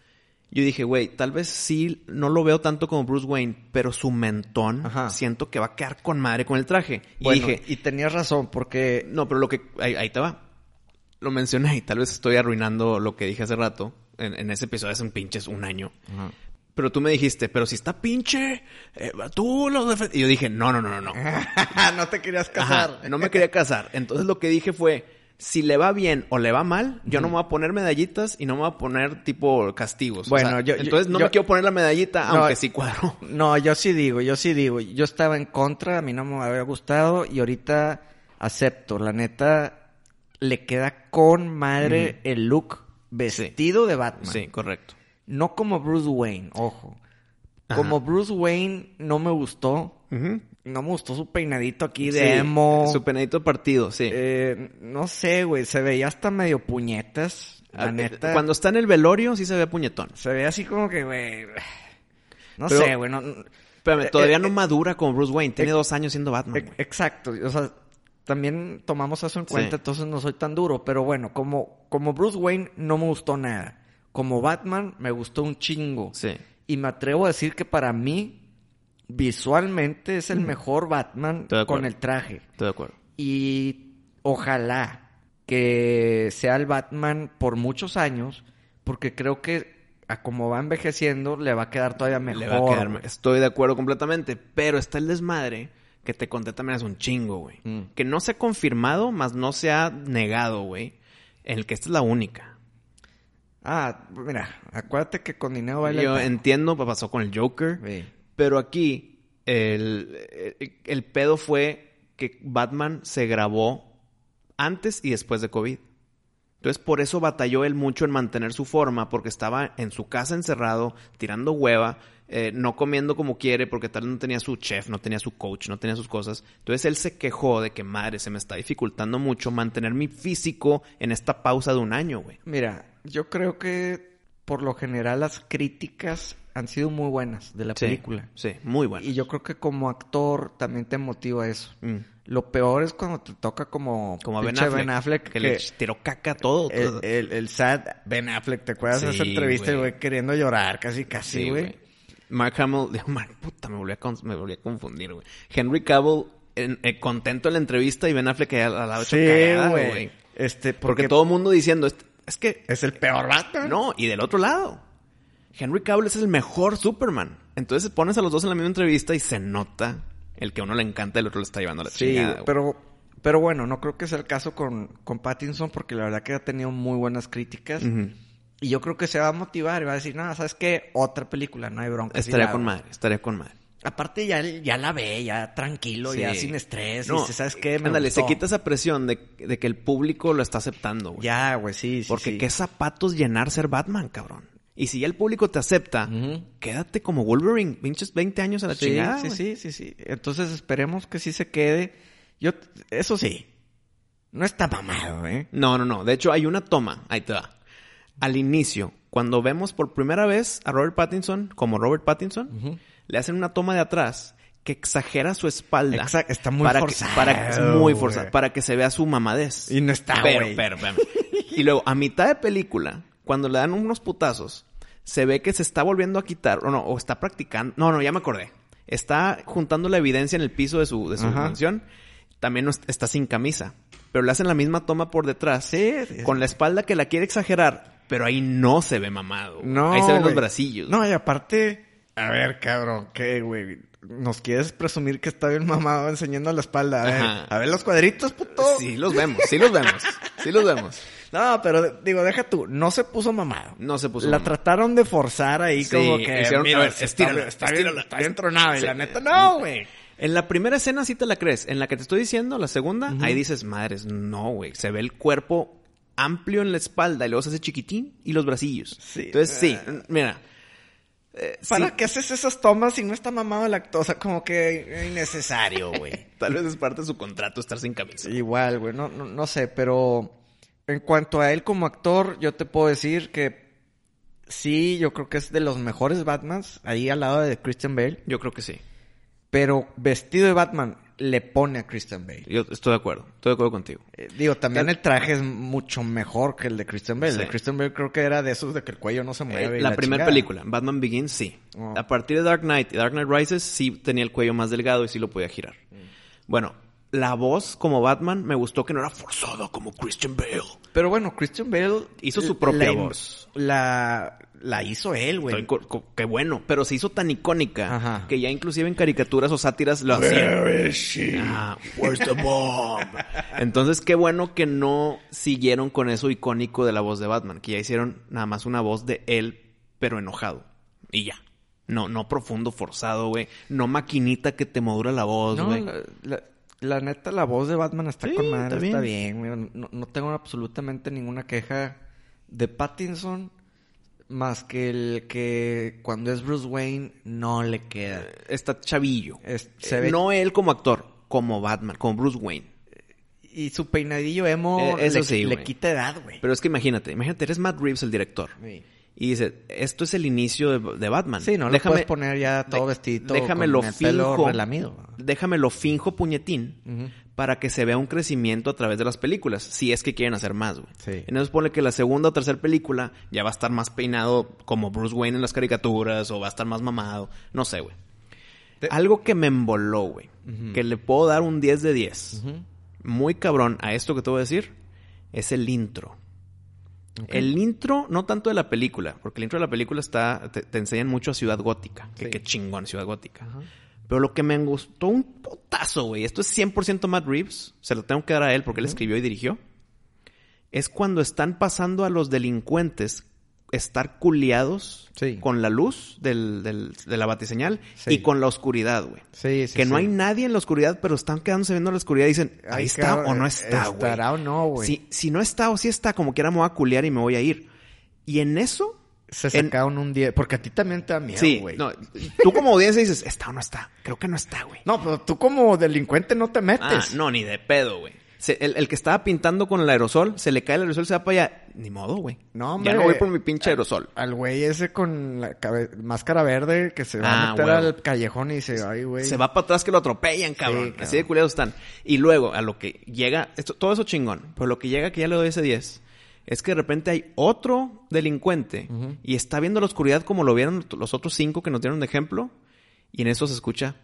Yo dije, güey, tal vez sí no lo veo tanto como Bruce Wayne, pero su mentón Ajá. siento que va a quedar con madre con el traje. Y Bueno, dije, y tenías razón, porque... no, pero lo que... Ahí, ahí te va. Lo mencioné y tal vez estoy arruinando lo que dije hace rato. En, en ese episodio hace un pinches un año. Ajá. Pero tú me dijiste, pero si está pinche, eh, tú lo defe-". Y yo dije, no, no, no, no, no. no te querías casar. Ajá, no me quería casar. Entonces lo que dije fue, si le va bien o le va mal, yo no me voy a poner medallitas y no me voy a poner tipo castigos. Bueno, O sea, yo- yo- entonces no yo- me quiero poner la medallita, No, aunque sí cuadro. No, yo sí digo, yo sí digo. Yo estaba en contra, a mí no me había gustado y ahorita acepto. La neta, le queda con madre el look vestido de Batman. Sí, correcto. No como Bruce Wayne, ojo. Ajá. Como Bruce Wayne no me gustó. Ujú. No me gustó su peinadito aquí de Sí, emo. Su penadito partido, sí. Eh, no sé, güey. Se veía hasta medio puñetas. La Ah, neta. Cuando está en el velorio, sí se ve puñetón. Se veía así como que, güey... No Pero- sé, güey. No, no- Espérame, todavía eh, no eh, madura como Bruce Wayne. Tiene eh, dos años siendo Batman. Ex- güey. Exacto, o sea, también tomamos eso en cuenta, Sí. entonces no soy tan duro, pero bueno, como, como Bruce Wayne no me gustó nada. Como Batman me gustó un chingo. Sí. Y me atrevo a decir que para mí, visualmente es el mejor Batman Estoy de acuerdo. con el traje. Estoy de acuerdo. Y ojalá que sea el Batman por muchos años, porque creo que a como va envejeciendo le va a quedar todavía mejor. Le va a quedar... güey. Estoy de acuerdo completamente. Pero está el desmadre que te conté también hace un chingo, güey. Mm. Que no se ha confirmado, más no se ha negado, güey. En el que esta es la única. Ah, mira, acuérdate que con dinero baila el Yo perro. entiendo, pues, pasó con el Joker. Sí. Pero aquí, el, el, el pedo fue que Batman se grabó antes y después de COVID. Entonces, por eso batalló él mucho en mantener su forma, porque estaba en su casa encerrado, tirando hueva, eh, no comiendo como quiere, porque tal vez no tenía su chef, no tenía su coach, no tenía sus cosas. Entonces, él se quejó de que, madre, se me está dificultando mucho mantener mi físico en esta pausa de un año, güey. Mira, yo creo que por lo general las críticas han sido muy buenas de la Sí, película. Sí, muy bueno. Y yo creo que como actor también te motiva eso. Mm. Lo peor es cuando te toca como, Como a Ben pinche Affleck, Ben Affleck que, que, le tiró caca a todo. el, todo. el, el sad Ben Affleck, ¿te acuerdas de esa Sí, entrevista? El güey. güey queriendo llorar casi, casi, Sí, güey. güey. Mark Hamill, dijo, Mark, puta, me volví a, con- me volví a confundir, güey. Henry Cavill, en- eh, contento en la entrevista y Ben Affleck al al lado hecho Sí, cagada, güey. güey. Este, Porque, porque, todo el mundo diciendo, es, es que, es el peor Batman. no, y del otro lado, Henry Cavill es el mejor Superman. Entonces pones a los dos en la misma entrevista y se nota el que a uno le encanta y el otro le está llevando a la Sí, chingada, güey, güey. pero, pero bueno, no creo que sea el caso con, con Pattinson porque la verdad que ha tenido muy buenas críticas. Ujú. Y yo creo que se va a motivar y va a decir, no, ¿sabes qué? Otra película, no hay bronca. sí Estaría la con hago". madre, estaría con madre. Aparte ya, ya la ve, ya tranquilo, Sí. ya sin estrés. No, y dice, ¿sabes qué? Me ándale, gustó". se quita esa presión de, de que el público lo está aceptando, güey. Ya, güey, sí, sí, Porque sí. qué zapatos llenar ser Batman, cabrón. Y si ya el público te acepta, Ujú. quédate como Wolverine, pinches veinte años a la Sí, chingada, sí, güey. sí, sí, sí. Entonces esperemos que sí se quede. Yo, eso sí, no está mamado, ¿eh? No, no, no. De hecho, hay una toma, ahí te va. Al inicio, cuando vemos por primera vez a Robert Pattinson como Robert Pattinson, Ujú. le hacen una toma de atrás que exagera su espalda. Exacto, está muy para forzado, Que, para que, es muy güey. forzado. Para que se vea su mamadez. Y no está, pero, güey. pero, espérame. Y luego, a mitad de película, cuando le dan unos putazos, se ve que se está volviendo a quitar, o no, o está practicando. No, no, ya me acordé. Está juntando la evidencia en el piso de su, de su Ajá. mansión. También no es- está sin camisa. Pero le hacen la misma toma por detrás. Sí, sí. Con la espalda que la quiere exagerar. Pero ahí no se ve mamado. güey. No, Ahí se ven los güey. bracillos. No, y aparte, a ver, cabrón, ¿qué, güey? ¿Nos quieres presumir que está bien mamado enseñando la espalda? A ver, Ajá. a ver los cuadritos, puto. Sí los vemos, sí los vemos. Sí los vemos. No, pero digo, deja tú, no se puso mamado. No se puso La mamado. trataron de forzar ahí Sí, como que, hicieron- mira, a ver, está, estírala, está bien, estírala. está bien tronado. Y Sí. la neta, no, güey. En la primera escena sí te la crees. En la que te estoy diciendo, la segunda, ahí dices, madres, no, güey. Se ve el cuerpo amplio en la espalda y luego se hace chiquitín y los bracillos. Sí. Entonces, sí, mira. eh, ¿Para sí, qué haces esas tomas si no está mamado el actor? O sea, como que innecesario, güey. tal vez es parte de su contrato estar sin camisa. Igual, güey, no, no, no sé, pero en cuanto a él como actor, yo te puedo decir que sí, yo creo que es de los mejores Batmans, ahí al lado de Christian Bale, Yo creo que sí. pero vestido de Batman, le pone a Christian Bale. Yo estoy de acuerdo. Estoy de acuerdo contigo. Eh, digo, también Tal- el traje es mucho mejor que el de Christian Bale. Sí. El de Christian Bale creo que era de esos de que el cuello no se mueve. Eh, y la primera chingada. película, Batman Begins, sí. Oh. A partir de Dark Knight y Dark Knight Rises, sí tenía el cuello más delgado y sí lo podía girar. Mm. Bueno, la voz como Batman me gustó que no era forzado como Christian Bale. Pero bueno, Christian Bale... Hizo su propia la, voz. La, la hizo él, güey. Estoy co- co- Qué bueno, pero se hizo tan icónica Ajá. que ya inclusive en caricaturas o sátiras lo hacían. Where is she? Ah, where's the bomb? Entonces, qué bueno que no siguieron con eso icónico de la voz de Batman, que ya hicieron nada más una voz de él, pero enojado. Y ya. No, no profundo, forzado, güey. No maquinita que te modula la voz, No, güey. la, la, la neta, la voz de Batman está Sí, con madre, está está bien. bien. güey. No, no tengo absolutamente ninguna queja de Pattinson, más que el que cuando es Bruce Wayne no le queda. Está chavillo. Es- se Eh, ve- No él como actor, como Batman, como Bruce Wayne. Y su peinadillo emo Eh, eso le, sí, le güey. quita edad, güey. Pero es que imagínate, imagínate, eres Matt Reeves el director. Sí. Y dice, esto es el inicio de, de Batman. Sí, no lo Déjame- puedes poner ya todo de- vestidito Déjame con lo el pelo finjo. relamido. Déjame lo finjo puñetín Ujú. para que se vea un crecimiento a través de las películas. Si es que quieren hacer más, güey. Sí. Entonces pone que la segunda o tercera película ya va a estar más peinado como Bruce Wayne en las caricaturas o va a estar más mamado. No sé, güey. Te- Algo que me emboló, güey. Ujú. Que le puedo dar un diez de diez. Ujú. Muy cabrón a esto que te voy a decir. Es el intro. El intro, no tanto de la película, porque el intro de la película está, te, te enseñan mucho a Ciudad Gótica. Que Sí. qué chingón Ciudad Gótica. Ajá. Pero lo que me gustó un putazo, güey, esto es cien por ciento Matt Reeves, se lo tengo que dar a él porque él escribió y dirigió, es cuando están pasando a los delincuentes estar culiados Sí. con la luz del, del- de la batiseñal Sí. y con la oscuridad, güey. Sí, sí, que no sí. hay nadie en la oscuridad, pero están quedándose viendo la oscuridad y dicen, ahí Ay, está cabrón, o no está, güey. ¿Estará o no, güey? Si, si no está o si está, como quiera me voy a culiar y me voy a ir. Y en eso... Se en- sacaron un diez. Porque a ti también te da miedo, Sí, güey. no, tú como audiencia dices, ¿está o no está? Creo que no está, güey. No, pero tú como delincuente no te metes. Ah, no, ni de pedo, güey. Se- El, el que estaba pintando con el aerosol, se le cae el aerosol, se va para allá. Ni modo, güey. No, hombre. Ya no voy por mi pinche aerosol. Al güey ese con la cabe- máscara verde que se va Ah, a meter huevo. al callejón y dice, ay, güey. Se va para atrás que lo atropellan, cabrón. cabrón. Así de culiados están. Y luego, a lo que llega... Esto, todo eso chingón. Pero lo que llega, que ya le doy ese diez... Es que de repente hay otro delincuente... Ujú. Y está viendo la oscuridad como lo vieron los otros cinco que nos dieron de ejemplo. Y en eso se escucha...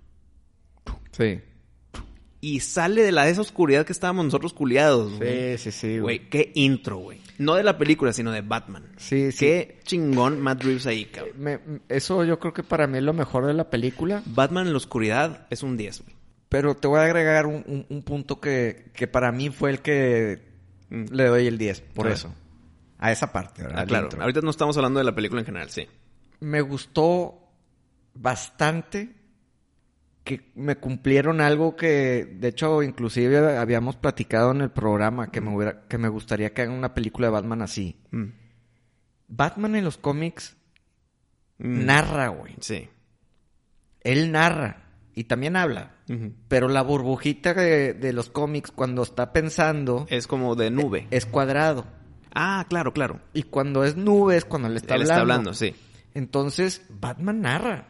Sí. Y sale de la de esa oscuridad que estábamos nosotros culiados, güey. Sí, sí, sí, güey. Güey, qué intro, güey. No de la película, sino de Batman. Sí, sí. Qué chingón Matt Reeves ahí, cabrón. Me- eso yo creo que para mí es lo mejor de la película. Batman en la oscuridad es un diez, güey. Pero te voy a agregar un, un- un punto que, que para mí fue el que Mm. le doy el diez. Por A ver. eso. A esa parte, ¿verdad? Ah, Al claro. intro. Ahorita no estamos hablando de la película en general, sí. Me gustó bastante que me cumplieron algo que, de hecho, inclusive habíamos platicado en el programa que me hubiera, que me gustaría que hagan una película de Batman así. Mm. Batman en los cómics Mm. narra, güey. Sí. Él narra y también habla. Ujú. Pero la burbujita de, de los cómics cuando está pensando Es como de nube. es cuadrado. Ah, claro, claro. Y cuando es nube es cuando le está Él hablando. está hablando, sí. Entonces, Batman narra.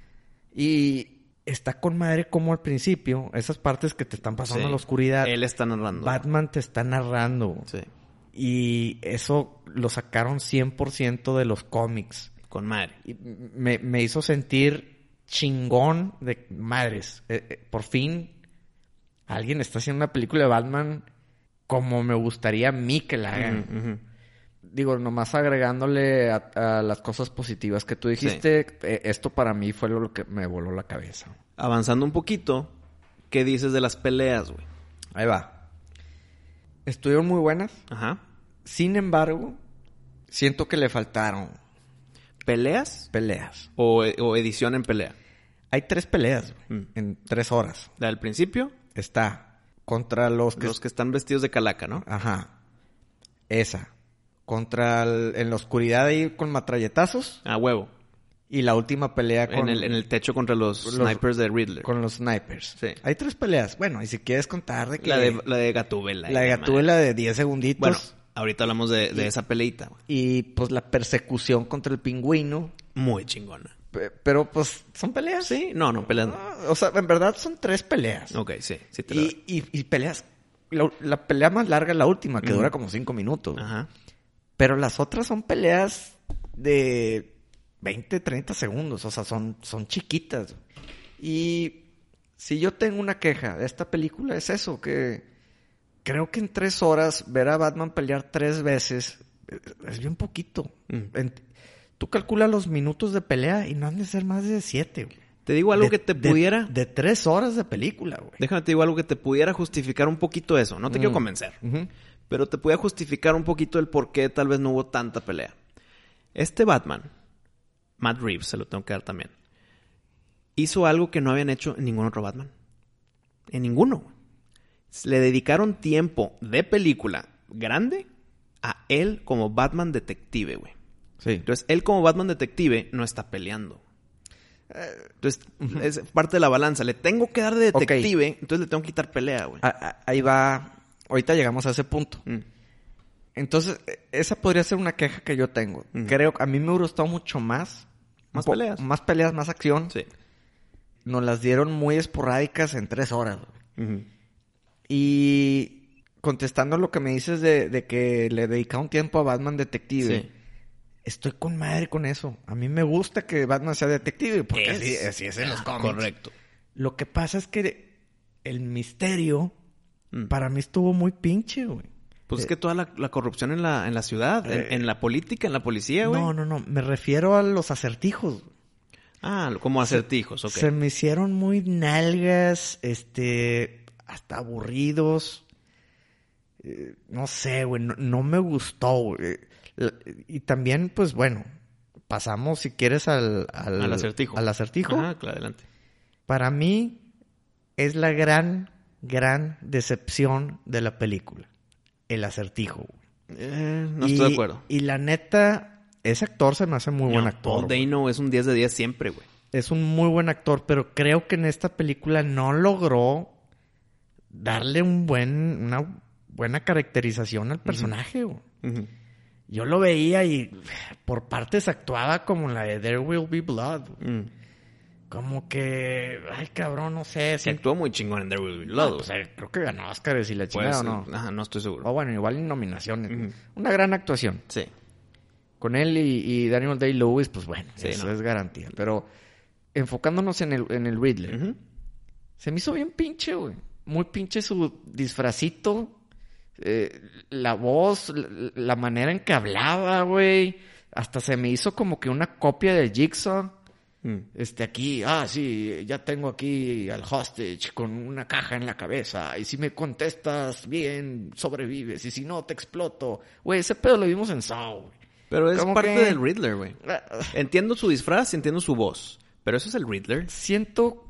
Y está con madre como al principio, esas partes que te están pasando Sí. en la oscuridad, Él está narrando. Batman te está narrando. Sí. Y eso lo sacaron cien por ciento de los cómics. Con madre. Y me, me hizo sentir chingón de madres. Eh, eh, por fin, alguien está haciendo una película de Batman como me gustaría a mí que la hagan. Ujú, ujú. Digo, nomás agregándole a, a las cosas positivas que tú dijiste, eh, esto para mí fue lo que me voló la cabeza. Avanzando un poquito, ¿qué dices de las peleas, güey? Ahí va. Estuvieron muy buenas. Ajá. Sin embargo, siento que le faltaron ¿Peleas peleas. o, o edición en pelea? Hay tres peleas güey, Mm. en tres horas. La del principio, Está contra los que... los que están vestidos de calaca, ¿no? Ajá. Esa. Contra el- en la oscuridad ahí con matralletazos. A huevo. Y la última pelea con, En el, en el techo contra los, los- snipers de Riddler. con los snipers. Sí. Hay tres peleas. Bueno, y si quieres contar de que... La de, la de Gatúbela. La de ella, Gatúbela de diez segunditos. Bueno, ahorita hablamos de, de esa peleita, güey. Y pues la persecución contra el pingüino. Muy chingona. Pe- Pero, pues, ¿son peleas? Sí, no, no, peleando. Ah, o sea, en verdad son tres peleas. Ok, sí, sí te lo doy. Y, y, y peleas... La, la pelea más larga es la última, que Ujú. dura como cinco minutos. Ajá. Pero las otras son peleas de veinte, treinta segundos. O sea, son, son chiquitas. Y si yo tengo una queja de esta película, es eso, que creo que en tres horas ver a Batman pelear tres veces es bien poquito. Mm. En- tú calculas los minutos de pelea y no han de ser más de siete, güey. Te digo algo De- que te de- pudiera... De, tres horas de película, güey. Déjame te digo algo que te pudiera justificar un poquito eso. No te quiero Mm. convencer. Ujú. Pero te pudiera justificar un poquito el por qué tal vez no hubo tanta pelea. Este Batman, Matt Reeves, se lo tengo que dar también, hizo algo que no habían hecho en ningún otro Batman. En ninguno. Le dedicaron tiempo de película grande a él como Batman detective, güey. Sí. Entonces, él como Batman detective no está peleando. Entonces, es parte de la balanza. Le tengo que dar de detective, entonces le tengo que quitar pelea, güey. A- a- ahí va. Ahorita llegamos a ese punto. Mm. Entonces, e- esa podría ser una queja que yo tengo. Ujú. Creo que a mí me hubiera gustado mucho más. Más un po- peleas. Más peleas, más acción. Sí. Nos las dieron muy esporádicas en tres horas. güey. Ujú. Y contestando lo que me dices de, de que le dedicaron tiempo a Batman Detective. Sí. Estoy con madre con eso. A mí me gusta que Batman sea detective. Porque Es- así, así es en los cómics. Correcto. Lo que pasa es que el misterio Mm. para mí estuvo muy pinche, güey. Pues es que toda la, la corrupción en la, en la ciudad, en, Eh, en la política, en la policía, güey. No, no, no. Me refiero a los acertijos. Ah, como acertijos, ok. Se me hicieron muy nalgas, este, hasta aburridos. Eh, no sé, güey. No, no me gustó, güey. La- Y también, pues bueno, pasamos, si quieres, al... Al, Al acertijo. Al acertijo. Ajá, claro, adelante. Para mí, es la gran, gran decepción de la película. El acertijo, güey. Eh, no Y- estoy de acuerdo. Y la neta, ese actor se me hace muy buen No, actor. Paul güey. Dano es un diez de diez siempre, güey. Es un muy buen actor, pero creo que en esta película no logró darle un buen, una buena caracterización al personaje, güey. Ujú. Yo lo veía y por partes actuaba como la de There Will Be Blood. güey. Mm. Como que, ay cabrón, no sé. Se Si actuó muy chingón en There Will Be no, Blood. pues, güey. eh, creo que ganó Oscars y la Puede chingada, ¿o ser. no? Ajá, no estoy seguro. O bueno, igual en nominaciones. Ujú. Una gran actuación. Sí. Con él y, y Daniel Day-Lewis, pues bueno, Sí, eso no. es garantía. Pero enfocándonos en el, en el Riddler, Ujú. se me hizo bien pinche, güey. Muy pinche su disfracito, eh, la voz, la, la manera en que hablaba, güey. Hasta se me hizo como que una copia del Jigsaw. Mm. Este, aquí, ah, sí, ya tengo aquí al hostage con una caja en la cabeza. Y si me contestas bien, sobrevives. Y si no, te exploto. Güey, ese pedo lo vimos en Saw, güey. Pero es ¿Cómo parte que? del Riddler, güey. Entiendo su disfraz, entiendo su voz. Pero eso es el Riddler. Siento,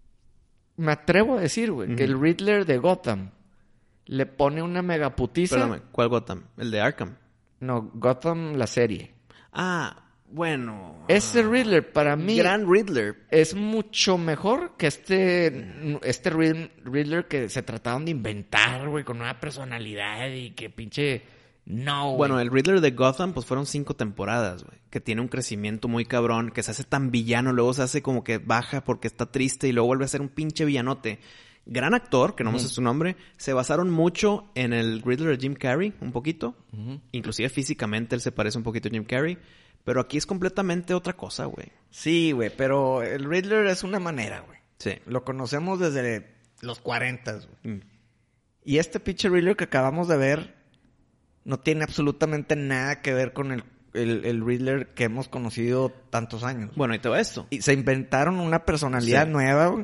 me atrevo a decir, güey, que Ujú. el Riddler de Gotham le pone una megaputiza. Espérame, ¿cuál Gotham? El de Arkham. No, Gotham, la serie. Ah, bueno. Ese Riddler, para mí, Gran Riddler. es mucho mejor que este, este Rid- Riddler que se trataron de inventar, güey, con una personalidad y que pinche... No, güey. Bueno, el Riddler de Gotham, pues fueron cinco temporadas, güey. Que tiene un crecimiento muy cabrón, que se hace tan villano, luego se hace como que baja porque está triste y luego vuelve a ser un pinche villanote. Gran actor, que no me sé su nombre. Se basaron mucho en el Riddler de Jim Carrey, un poquito. Inclusive físicamente él se parece un poquito a Jim Carrey. Pero aquí es completamente otra cosa, güey. Sí, güey, pero el Riddler es una manera, güey. Sí. Lo conocemos desde los cuarentas, güey. Mm. Y este pinche Riddler que acabamos de ver no tiene absolutamente nada que ver con el, el, el Riddler que hemos conocido tantos años. Bueno, ahí te va esto. Y se inventaron una personalidad Sí. nueva, güey.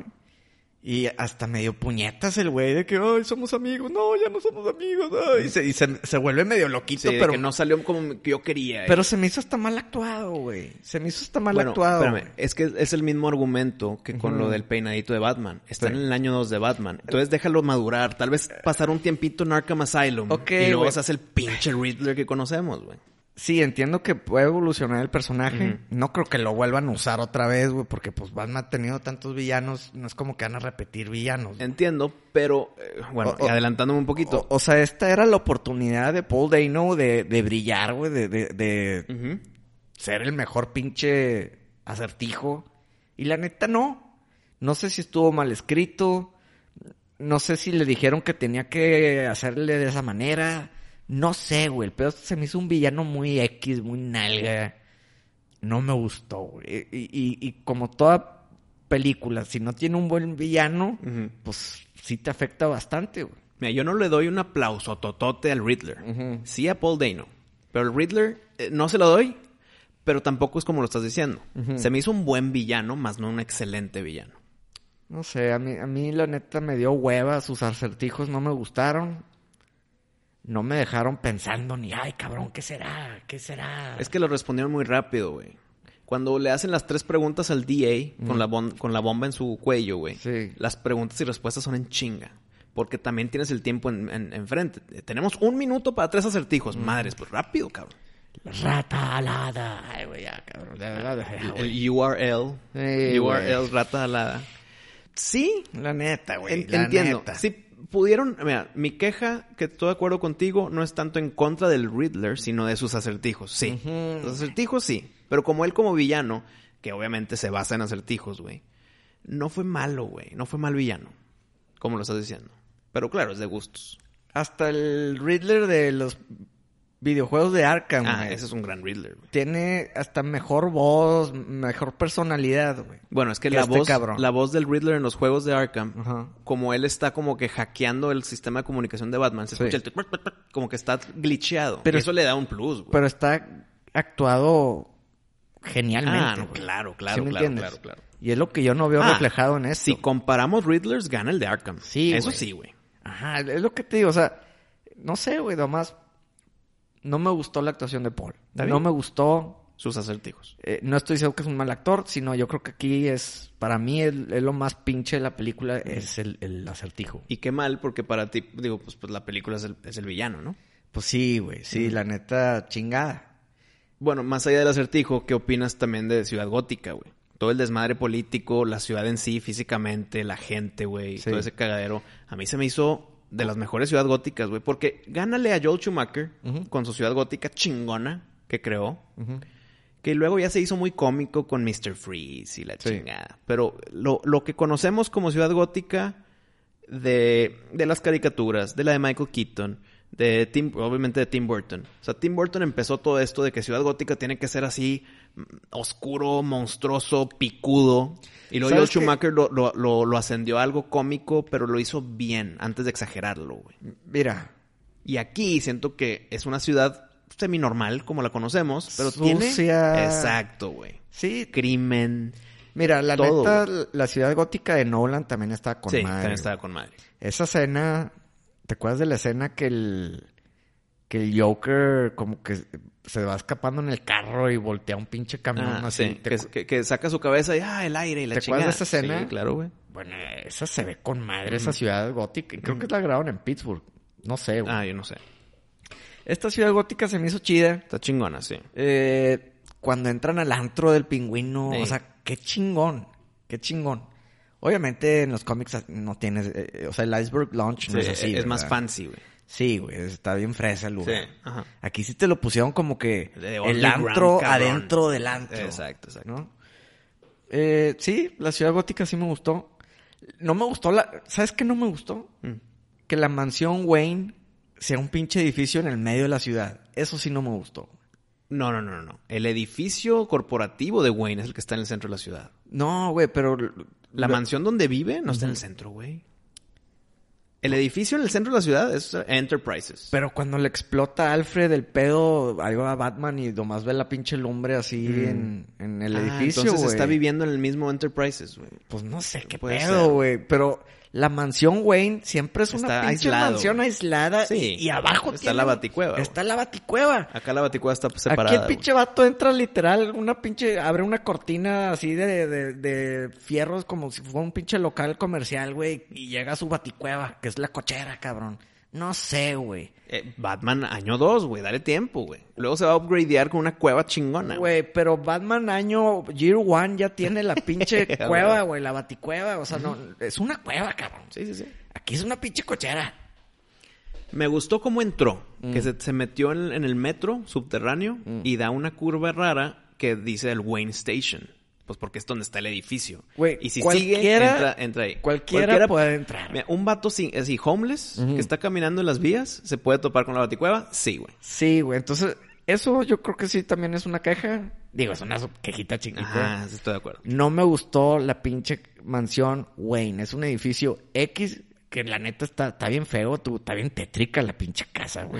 Y hasta medio puñetas el güey de que, ay, somos amigos. No, ya no somos amigos. Ay. Y, se, y se, se vuelve medio loquito, Sí, de pero... que no salió como que yo quería. Pero se me hizo hasta mal actuado, güey. Se me hizo hasta mal Bueno, actuado. espérame, es que es el mismo argumento que con Ujú. lo del peinadito de Batman. Está Sí. en el año dos de Batman. Entonces déjalo madurar. Tal vez pasar un tiempito en Arkham Asylum. Ok, y luego güey. se hace el pinche Riddler que conocemos, güey. Sí, entiendo que puede evolucionar el personaje. Ujú. No creo que lo vuelvan a usar otra vez, güey, porque pues Batman ha tenido tantos villanos, no es como que van a repetir villanos. Entiendo, pero eh, bueno, O- o- y adelantándome un poquito. O, o sea, esta era la oportunidad de Paul Dano de, de brillar, güey, de, de, de Ujú. ser el mejor pinche Acertijo. Y la neta no. No sé si estuvo mal escrito. No sé si le dijeron que tenía que hacerle de esa manera. No sé, güey. El pedo se me hizo un villano muy X, muy nalga. No me gustó, güey. Y, y, y como toda película, si no tiene un buen villano, uh-huh. pues sí te afecta bastante, güey. Mira, yo no le doy un aplauso totote al Riddler. Uh-huh. Sí a Paul Dano. Pero el Riddler eh, no se lo doy, pero tampoco es como lo estás diciendo. Uh-huh. Se me hizo un buen villano, más no un excelente villano. No sé, a mí, a mí la neta me dio hueva. Sus acertijos no me gustaron. No me dejaron pensando ni, ay, cabrón, ¿qué será? ¿Qué será? Es que lo respondieron muy rápido, güey. Cuando le hacen las tres preguntas al D A mm. con, la bon- con la bomba en su cuello, güey. Sí. Las preguntas y respuestas son en chinga. Porque también tienes el tiempo en, en, enfrente. Tenemos un minuto para tres acertijos. Mm. Madres, pues rápido, cabrón. Rata alada. Ay, güey, ya, cabrón. El U R L. Sí, U R L, wey. Rata alada. Sí. La neta, güey. En, entiendo. Neta. Sí. Pudieron, mira, mi queja, que estoy de acuerdo contigo, no es tanto en contra del Riddler, sino de sus acertijos, sí. Uh-huh. Los acertijos, sí. Pero como él como villano, que obviamente se basa en acertijos, güey, no fue malo, güey. No fue mal villano, como lo estás diciendo. Pero claro, es de gustos. Hasta el Riddler de los videojuegos de Arkham, Ah, güey. ese es un gran Riddler, güey. Tiene hasta mejor voz, mejor personalidad, güey. Bueno, es que, que la este voz cabrón. la voz del Riddler en los juegos de Arkham, uh-huh. como él está como que hackeando el sistema de comunicación de Batman, se escucha sí. el t- como que está glitcheado. Pero eso le da un plus, güey. Pero está actuado genialmente. Ah, no, claro, claro, ¿Sí claro, claro, claro. Y es lo que yo no veo ah, reflejado en esto. Si comparamos Riddlers, gana el de Arkham. Sí, Eso wey. sí, güey. Ajá, es lo que te digo, o sea, no sé, güey, nomás no me gustó la actuación de Paul. No me gustó sus acertijos. Eh, no estoy diciendo que es un mal actor, sino yo creo que aquí es, para mí, el, es lo más pinche de la película, es el, el acertijo. Y qué mal, porque para ti, digo, pues, pues la película es el, es el villano, ¿no? Pues sí, güey, sí, mm. la neta, chingada. Bueno, más allá del acertijo, ¿qué opinas también de Ciudad Gótica, güey? Todo el desmadre político, la ciudad en sí, físicamente, la gente, güey, sí. todo ese cagadero. A mí se me hizo de las mejores Ciudad Góticas, güey, porque gánale a Joel Schumacher uh-huh. con su Ciudad Gótica chingona que creó. Uh-huh. Que luego ya se hizo muy cómico con mister Freeze y la sí. chingada. Pero lo, lo que conocemos como Ciudad Gótica de, de las caricaturas, de la de Michael Keaton, de Tim, obviamente de Tim Burton. O sea, Tim Burton empezó todo esto de que Ciudad Gótica tiene que ser así oscuro, monstruoso, picudo. Y luego Joel Schumacher lo, lo, lo, lo ascendió a algo cómico, pero lo hizo bien, antes de exagerarlo, güey. Mira. Y aquí siento que es una ciudad semi-normal, como la conocemos, pero Sucia. tiene... Exacto, güey. Sí. Crimen. Mira, la todo, neta, güey. La Ciudad Gótica de Nolan también está con sí, madre. Sí, también estaba con madre. Esa escena... ¿Te acuerdas de la escena que el... que el Joker como que se va escapando en el carro y voltea un pinche camión ah, así? Sí, te... que, que, que saca su cabeza y ah, el aire y la ¿Te chingada. acuerdas de esa escena? Sí, claro, güey. Bueno, esa se ve con madre, mm. esa ciudad gótica. Creo mm. que la grabaron en Pittsburgh. No sé, güey. Ah, yo no sé. Esta ciudad gótica se me hizo chida. Está chingona, sí. Eh, cuando entran al antro del pingüino, sí. o sea, qué chingón, qué chingón. Obviamente en los cómics no tienes, eh, o sea, el Iceberg Lounge no sí, es así, es ¿verdad? más fancy, güey. Sí, güey, está bien fresa el lugar. Sí, ajá. Aquí sí te lo pusieron como que de el antro adentro del antro. Exacto, exacto. ¿No? Eh, sí, la ciudad gótica sí me gustó. No me gustó la... ¿Sabes qué no me gustó? Mm. Que la mansión Wayne sea un pinche edificio en el medio de la ciudad. Eso sí no me gustó. No, no, no, no. El edificio corporativo de Wayne es el que está en el centro de la ciudad. No, güey, pero... La lo... mansión donde vive no está uh-huh. en el centro, güey. El edificio en el centro de la ciudad es Enterprises. Pero cuando le explota a Alfred el pedo, ahí va Batman y nomás ve la pinche lumbre así mm. en, en el ah, edificio, entonces güey. está viviendo en el mismo Enterprises, güey. Pues no sé qué pedo, güey. Pero la mansión Wayne siempre es una está pinche aislado, mansión güey. aislada. Sí. Y, y abajo está tiene... la baticueva. Está la baticueva. Acá la baticueva está separada. Aquí el pinche güey. Vato entra literal, una pinche... Abre una cortina así de, de, de fierros como si fuera un pinche local comercial, güey. Y llega a su baticueva, que es la cochera, cabrón. No sé, güey. Eh, Batman año dos, güey. Dale tiempo, güey. Luego se va a upgradear con una cueva chingona. Güey, pero Batman año Year One ya tiene la pinche cueva, güey. La baticueva. O sea, no... Es una cueva, cabrón. Sí, sí, sí. Aquí es una pinche cochera. Me gustó cómo entró. Mm. Que se, se metió en, en el metro subterráneo mm. y da una curva rara que dice el Wayne Station. Pues porque es donde está el edificio. Güey, y si cualquiera- sigue, entra, entra ahí. Cualquiera, puede entrar. Mira, un vato sin, así, homeless, Ujú. que está caminando en las vías, ¿se puede topar con la baticueva? Sí, güey. Sí, güey. Entonces, eso yo creo que sí también es una queja. Digo, es una quejita chiquita. Ajá, sí estoy de acuerdo. No me gustó la pinche mansión Wayne. Es un edificio X que la neta está, está bien feo. Tú, está bien tétrica la pinche casa, güey.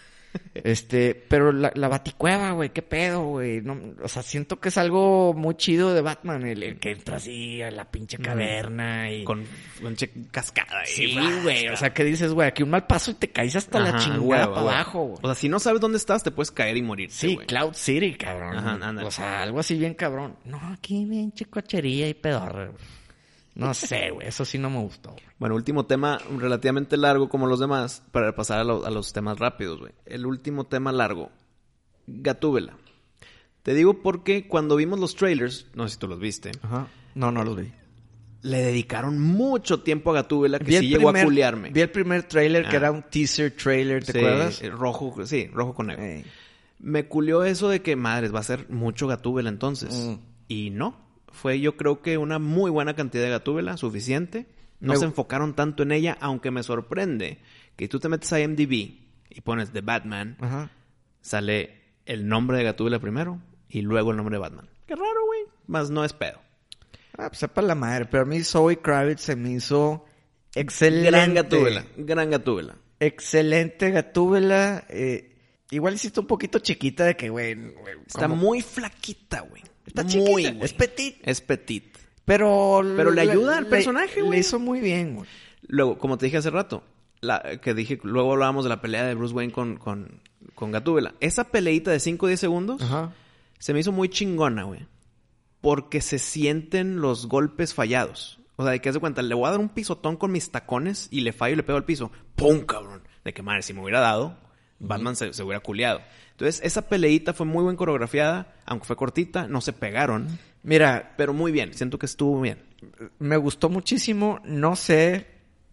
Este, pero la, la baticueva, güey, qué pedo, güey. No, o sea, siento que es algo muy chido de Batman, el, el que entra así a la pinche caverna y... Con con che- cascada ahí. Sí, ¡blas! güey, o sea, que dices, güey, aquí un mal paso y te caes hasta la Ajá, chingada huevo, para huevo. abajo, güey. O sea, si no sabes dónde estás, te puedes caer y morir. Sí, Cloud City, cabrón. Ajá, ándale. O sea, algo así bien cabrón. No, aquí bien chicochería y pedorra, güey. No sé, güey, eso sí no me gustó, güey. Bueno, último tema relativamente largo como los demás, para pasar a, lo- a los temas rápidos, güey. El último tema largo. Gatúbela. Te digo porque cuando vimos los trailers, no sé si tú los viste, Ajá. No, no los vi. le dedicaron mucho tiempo a Gatúbela que Vi el sí llegó a primer- culiarme. Vi el primer trailer que Ah. era un teaser trailer, ¿te Sí, acuerdas? eh, Rojo, sí, rojo con negro. Ey. Me culió eso de que, madres, va a ser mucho Gatúbela entonces. Mm. Y no. Fue yo creo que una muy buena cantidad de Gatúbela, suficiente. No Me- se enfocaron tanto en ella, aunque me sorprende que tú te metes a I M D B y pones The Batman, Ajá. sale el nombre de Gatúbela primero y luego el nombre de Batman. Qué raro, güey. Más no es pedo. Ah, pues sepa la madre. Pero a mí Zoe Kravitz se me hizo excelente. Gran Gatúbela, gran Gatúbela. Excelente Gatúbela. Eh, igual hiciste un poquito chiquita de que, güey... güey, Está como- muy flaquita, güey. Está muy, chiquita. güey. Es petit. Es petit. Pero... Pero le ayuda al personaje, Le güey. hizo muy bien, güey. Luego, como te dije hace rato, la, que dije, luego hablábamos de la pelea de Bruce Wayne con, con, con Gatúbela. Esa peleita de cinco o diez segundos Ajá. se me hizo muy chingona, güey. Porque se sienten los golpes fallados. O sea, de que haz de cuenta, le voy a dar un pisotón con mis tacones y le fallo y le pego al piso. ¡Pum, cabrón! De que, madre, si me hubiera dado, Batman se, se hubiera culiado. Entonces, esa peleita fue muy bien coreografiada, aunque fue cortita, no se pegaron. Mira, Pero muy bien, siento que estuvo bien. me gustó muchísimo. No sé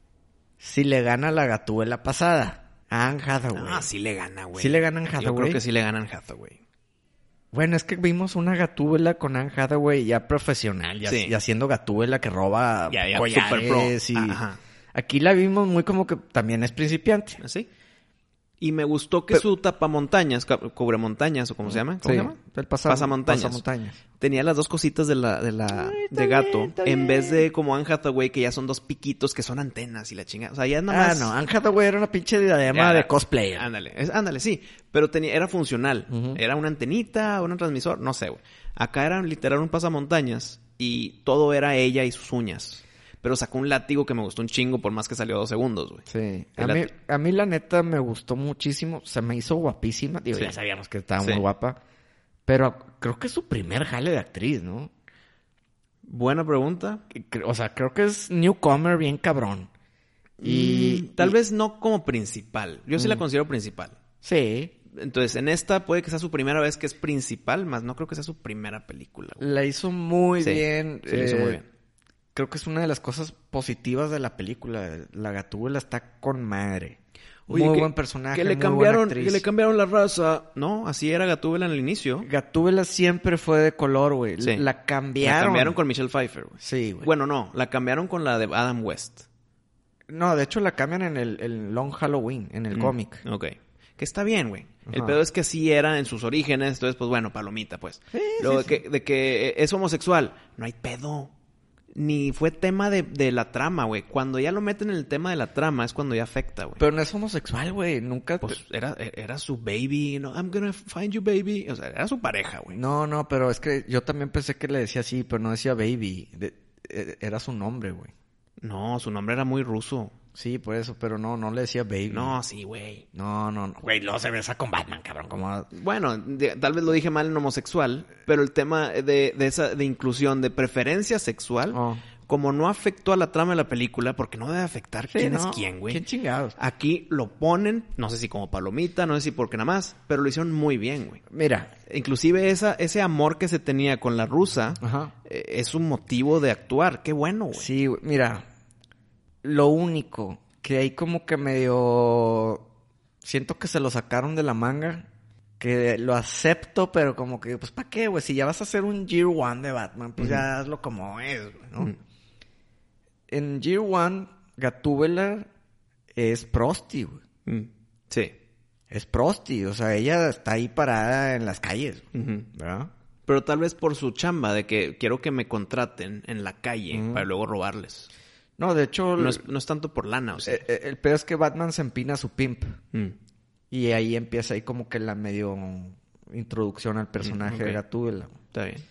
si le gana la Gatúbela pasada. A Anne Hathaway. Ah, sí le gana, güey. ¿Sí le ganan Yo Hathaway? creo que sí le ganan Hathaway. Bueno, es que vimos una Gatúbela con Anne Hathaway ya profesional, ya, Sí. ya siendo Gatúbela que roba Ya, ya, collares super pro. y... Ajá. Aquí la vimos muy como que también es principiante. ¿Así? Y me gustó que Pero- su tapamontañas, ca- cubremontañas o como se llama, ¿cómo Sí, se llama? el pasa- Pasamontañas. pasamontañas. Tenía las dos cositas de la de la Ay, está de gato bien, está en bien. vez de como Anne Hathaway que ya son dos piquitos que son antenas y la chingada. O sea, ya nada Ah, más. no, Anne Hathaway era una pinche diadema Ya, de cosplay. Ándale, es- ándale, sí, pero tenía era funcional. Ujú. Era una antenita, un transmisor, no sé, güey. Acá era literal un pasamontañas y todo era ella y sus uñas. Pero sacó un látigo que me gustó un chingo por más que salió dos segundos, güey. Sí. A El mí, at- a mí la neta me gustó muchísimo. Se me hizo guapísima. Digo, Sí. ya sabíamos que estaba Sí. muy guapa. Pero creo que es su primer jale de actriz, ¿no? Buena pregunta. Cre- O sea, creo que es newcomer bien cabrón. Y... Y tal y- vez no como principal. Yo sí la Mm. considero principal. Sí. Entonces, en esta puede que sea su primera vez que es principal, más no creo que sea su primera película, güey. La hizo muy Sí, bien. sí, la hizo eh, muy bien. Creo que es una de las cosas positivas de la película. La Gatúbela está con madre. Oye, muy que- buen personaje, Que le muy buena cambiaron, actriz. que le cambiaron la raza. No, así era Gatúbela en el inicio. Gatúbela siempre fue de color, güey. Sí. La cambiaron. La cambiaron con Michelle Pfeiffer, güey. Sí, güey. Bueno, no, la cambiaron con la de Adam West. No, de hecho la cambian en el, el Long Halloween, en el Mm, cómic. Ok. Que está bien, güey. El Ajá. pedo es que así era en sus orígenes, entonces, pues bueno, palomita, pues. Sí, Luego sí, de, Que, de que es homosexual, no hay pedo. Ni fue tema de, de la trama, güey. Cuando ya lo meten en el tema de la trama es cuando ya afecta, güey. Pero no es homosexual, güey. Nunca... te- Pues era, era su baby, no, I'm gonna find you, baby. O sea, era su pareja, güey. No, no, pero es que yo también pensé que le decía así, pero no decía baby. De- eh, era su nombre, güey. No, su nombre era muy ruso. Sí, por eso, pero no, no le decía baby. No, sí, güey. No, no, no. Güey, luego se besa con Batman, cabrón. Como... Bueno, de- tal vez lo dije mal en homosexual, pero el tema de, de esa de inclusión de preferencia sexual, Oh. como no afectó a la trama de la película, porque no debe afectar Sí, quién no. es quién, güey. ¿Quién chingados? Aquí lo ponen, no sé si como palomita, no sé si porque nada más, pero lo hicieron muy bien, güey. Mira. Inclusive esa, ese amor que se tenía con la rusa Ajá. eh, es un motivo de actuar. Qué bueno, güey. Sí, güey, mira. Lo único que ahí como que medio... Siento que se lo sacaron de la manga que lo acepto, pero como que, pues, ¿para qué, güey? Si ya vas a hacer un Year One de Batman, pues uh-huh. ya hazlo como es, güey, ¿no? Uh-huh. En Year One, Gatúbela es prosti, güey. Mm. Sí. Es prosti, o sea, ella está ahí parada en las calles, uh-huh. ¿verdad? Pero tal vez por su chamba de que quiero que me contraten en la calle uh-huh. para luego robarles. No, de hecho... No es, no es tanto por lana, o sea. El, el peor es que Batman se empina a su pimp. Mm. Y ahí empieza ahí como que la medio introducción al personaje mm, okay. de Gatúbela. Está bien.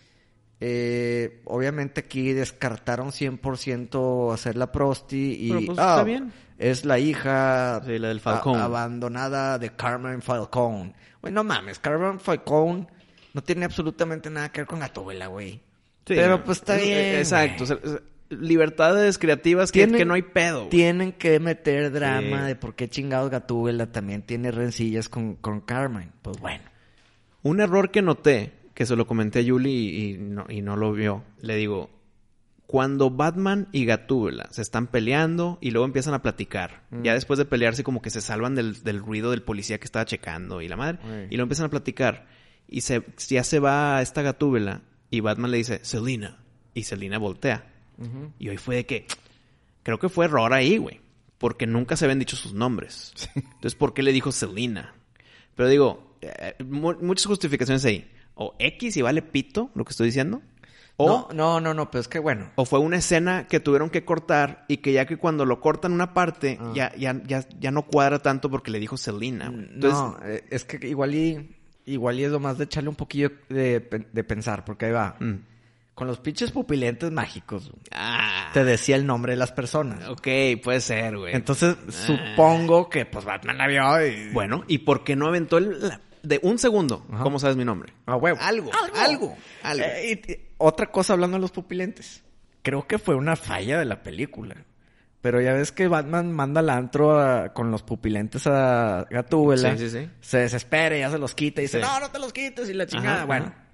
Eh, obviamente aquí descartaron cien por ciento hacer la prosti y... Pero pues ah, está bien. Es la hija... Sí, la del Falcón. A, abandonada de Carmine Falcone. Güey, no mames. Carmine Falcone no tiene absolutamente nada que ver con Gatúbela, güey. Sí, pero pues está bien. Exacto. O sea, libertades creativas que, tienen, que no hay pedo. Güey. Tienen que meter drama sí. de por qué chingados Gatúbela también tiene rencillas con, con Carmine. Pues bueno. Un error que noté, que se lo comenté a Yuli y, y, no, y no lo vio. Le digo, cuando Batman y Gatúbela se están peleando y luego empiezan a platicar. Mm. Ya después de pelearse como que se salvan del, del ruido del policía que estaba checando y la madre. Uy. Y luego empiezan a platicar. Y se, ya se va esta Gatúbela y Batman le dice, Selina. Y Selina voltea. Uh-huh. Y hoy fue de que... Creo que fue error ahí, güey. Porque nunca se habían dicho sus nombres. Sí. Entonces, ¿por qué le dijo Selina? Pero digo, eh, mu- muchas justificaciones ahí. O X y vale pito lo que estoy diciendo. O, no, no, no, no, pero es que bueno. O fue una escena que tuvieron que cortar y que ya que cuando lo cortan una parte, ah. ya, ya, ya, ya no cuadra tanto porque le dijo Selina. Entonces, no, eh, es que igual y... Igual y es lo más de echarle un poquillo de, de pensar, porque ahí va. Mm. Con los pinches pupilentes mágicos, ah. te decía el nombre de las personas. Ok, puede ser, güey. Entonces, ah. supongo que, pues, Batman la vio y... Bueno, ¿y por qué no aventó el... La, de un segundo? Ajá. ¿Cómo sabes mi nombre? Ah, huevo. Algo, algo, algo. algo. Eh, y, y, otra cosa hablando de los pupilentes. Creo que fue una falla de la película. Pero ya ves que Batman manda al antro a, con los pupilentes a Gatúbela. Sí, sí, sí. Se desespera y ya se los quita y dice, sí. no, no te los quites y la chingada. Ajá, bueno. ajá.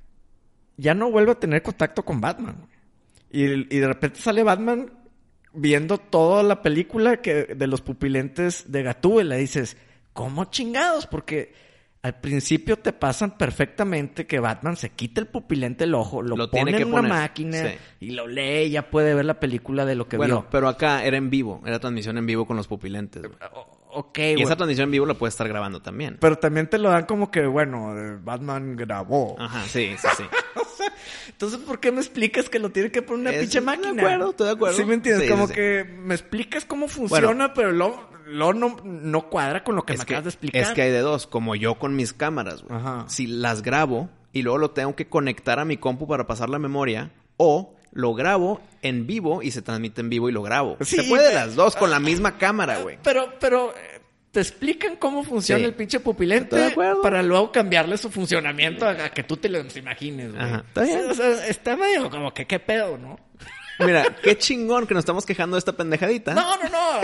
Ya no vuelve a tener contacto con Batman. Y, y de repente sale Batman viendo toda la película que, de los pupilentes de Gatúbela. Y dices, ¿cómo chingados? Porque... Al principio te pasan perfectamente que Batman se quita el pupilente del ojo, lo, lo pone tiene que en una poner. máquina sí. y lo lee y ya puede ver la película de lo que bueno, vio. Bueno, pero acá era en vivo, era transmisión en vivo con los pupilentes. O, ok, Y güey. esa transmisión en vivo la puedes estar grabando también. Pero también te lo dan como que, bueno, Batman grabó. Ajá, sí, sí, sí. O sea, entonces, ¿por qué me explicas que lo tiene que poner una es, pinche máquina? Estoy de acuerdo, estoy de acuerdo. ¿Sí me entiendes? Sí, como sí, que sí. me explicas cómo funciona, bueno, pero luego... Lo no, no cuadra con lo que es me que, acabas de explicar. Es que hay de dos, como yo con mis cámaras, güey. Ajá. Si las grabo y luego lo tengo que conectar a mi compu para pasar la memoria, o lo grabo en vivo y se transmite en vivo y lo grabo. Sí, se puede pero, las dos con la misma cámara, güey. Pero, pero, te explican cómo funciona sí. el pinche pupilente ¿Estoy de acuerdo? Para luego cambiarle su funcionamiento a, a que tú te lo imagines, güey. Ajá. Está bien. O sea, está medio como que qué pedo, ¿no? Mira, qué chingón que nos estamos quejando de esta pendejadita. No, no, no.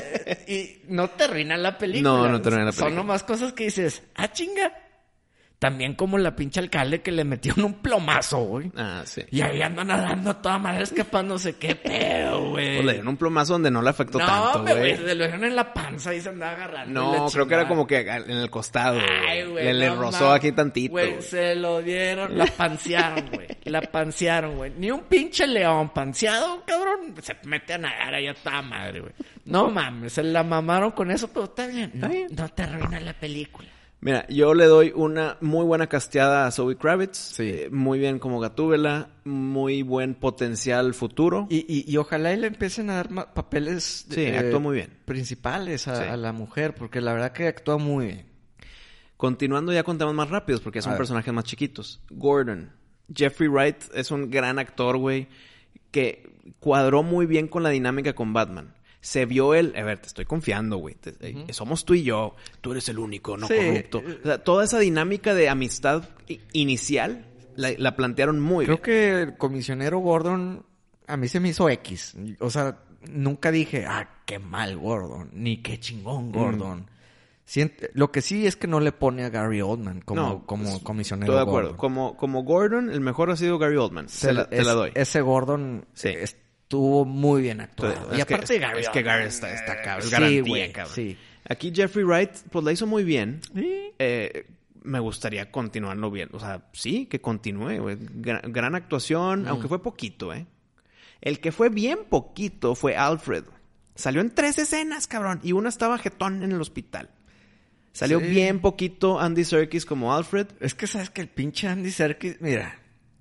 Y no te arruina la película. No, no te arruina la película. Son nomás cosas que dices, ah, chinga. También como la pinche alcalde que le metieron un plomazo, güey. Ah, sí. Y ahí anda nadando a toda madre escapándose. Qué pedo, güey. Pues le dieron un plomazo donde no le afectó no, tanto, güey. No, le dieron en la panza y se andaba agarrando. No, creo que era como que en el costado. Ay, güey. Le, no, le rozó man. aquí tantito. Güey, se lo dieron. La pansearon, güey. La pansearon, güey. Ni un pinche león panseado, cabrón. Se mete a nadar allá a toda madre, güey. No mames, se la mamaron con eso, pero está bien. No, no te arruina la película. Mira, yo le doy una muy buena casteada a Zoe Kravitz. Sí. Eh, muy bien como Gatúbela. Muy buen potencial futuro. Y, y, y ojalá y le empiecen a dar ma- papeles... Sí, eh, actúa muy bien. Principales a, sí. a la mujer, porque la verdad que actúa muy bien. Continuando ya con temas más rápidos, porque son a personajes ver. más chiquitos. Gordon. Jeffrey Wright es un gran actor, güey, que cuadró muy bien con la dinámica con Batman. Se vio él... A ver, te estoy confiando, güey. Te, uh-huh. eh, somos tú y yo. Tú eres el único, no sí. corrupto. O sea, toda esa dinámica de amistad i- inicial la, la plantearon muy Creo bien. Creo que el comisionero Gordon a mí se me hizo X. O sea, nunca dije, ah, qué mal Gordon. Ni qué chingón Gordon. Mm. Siente, lo que sí es que no le pone a Gary Oldman como, no, como pues, comisionero Gordon. Estoy de acuerdo. Gordon. Como, como Gordon, el mejor ha sido Gary Oldman. Se, se la, es, te la doy. Ese Gordon... Sí. Es, Estuvo muy bien actuado. Es y aparte que, Gary... Es que Gary está, está cabrón. Es sí, garantía, güey, cabrón. Sí. Aquí Jeffrey Wright, pues la hizo muy bien. ¿Sí? Eh, me gustaría continuarlo bien. O sea, sí, que continúe, güey. Gran, gran actuación, mm. aunque fue poquito, ¿eh? El que fue bien poquito fue Alfred. Salió en tres escenas, cabrón. Y una estaba jetón en el hospital. Salió sí. bien poquito Andy Serkis como Alfred. Es que sabes que el pinche Andy Serkis, mira,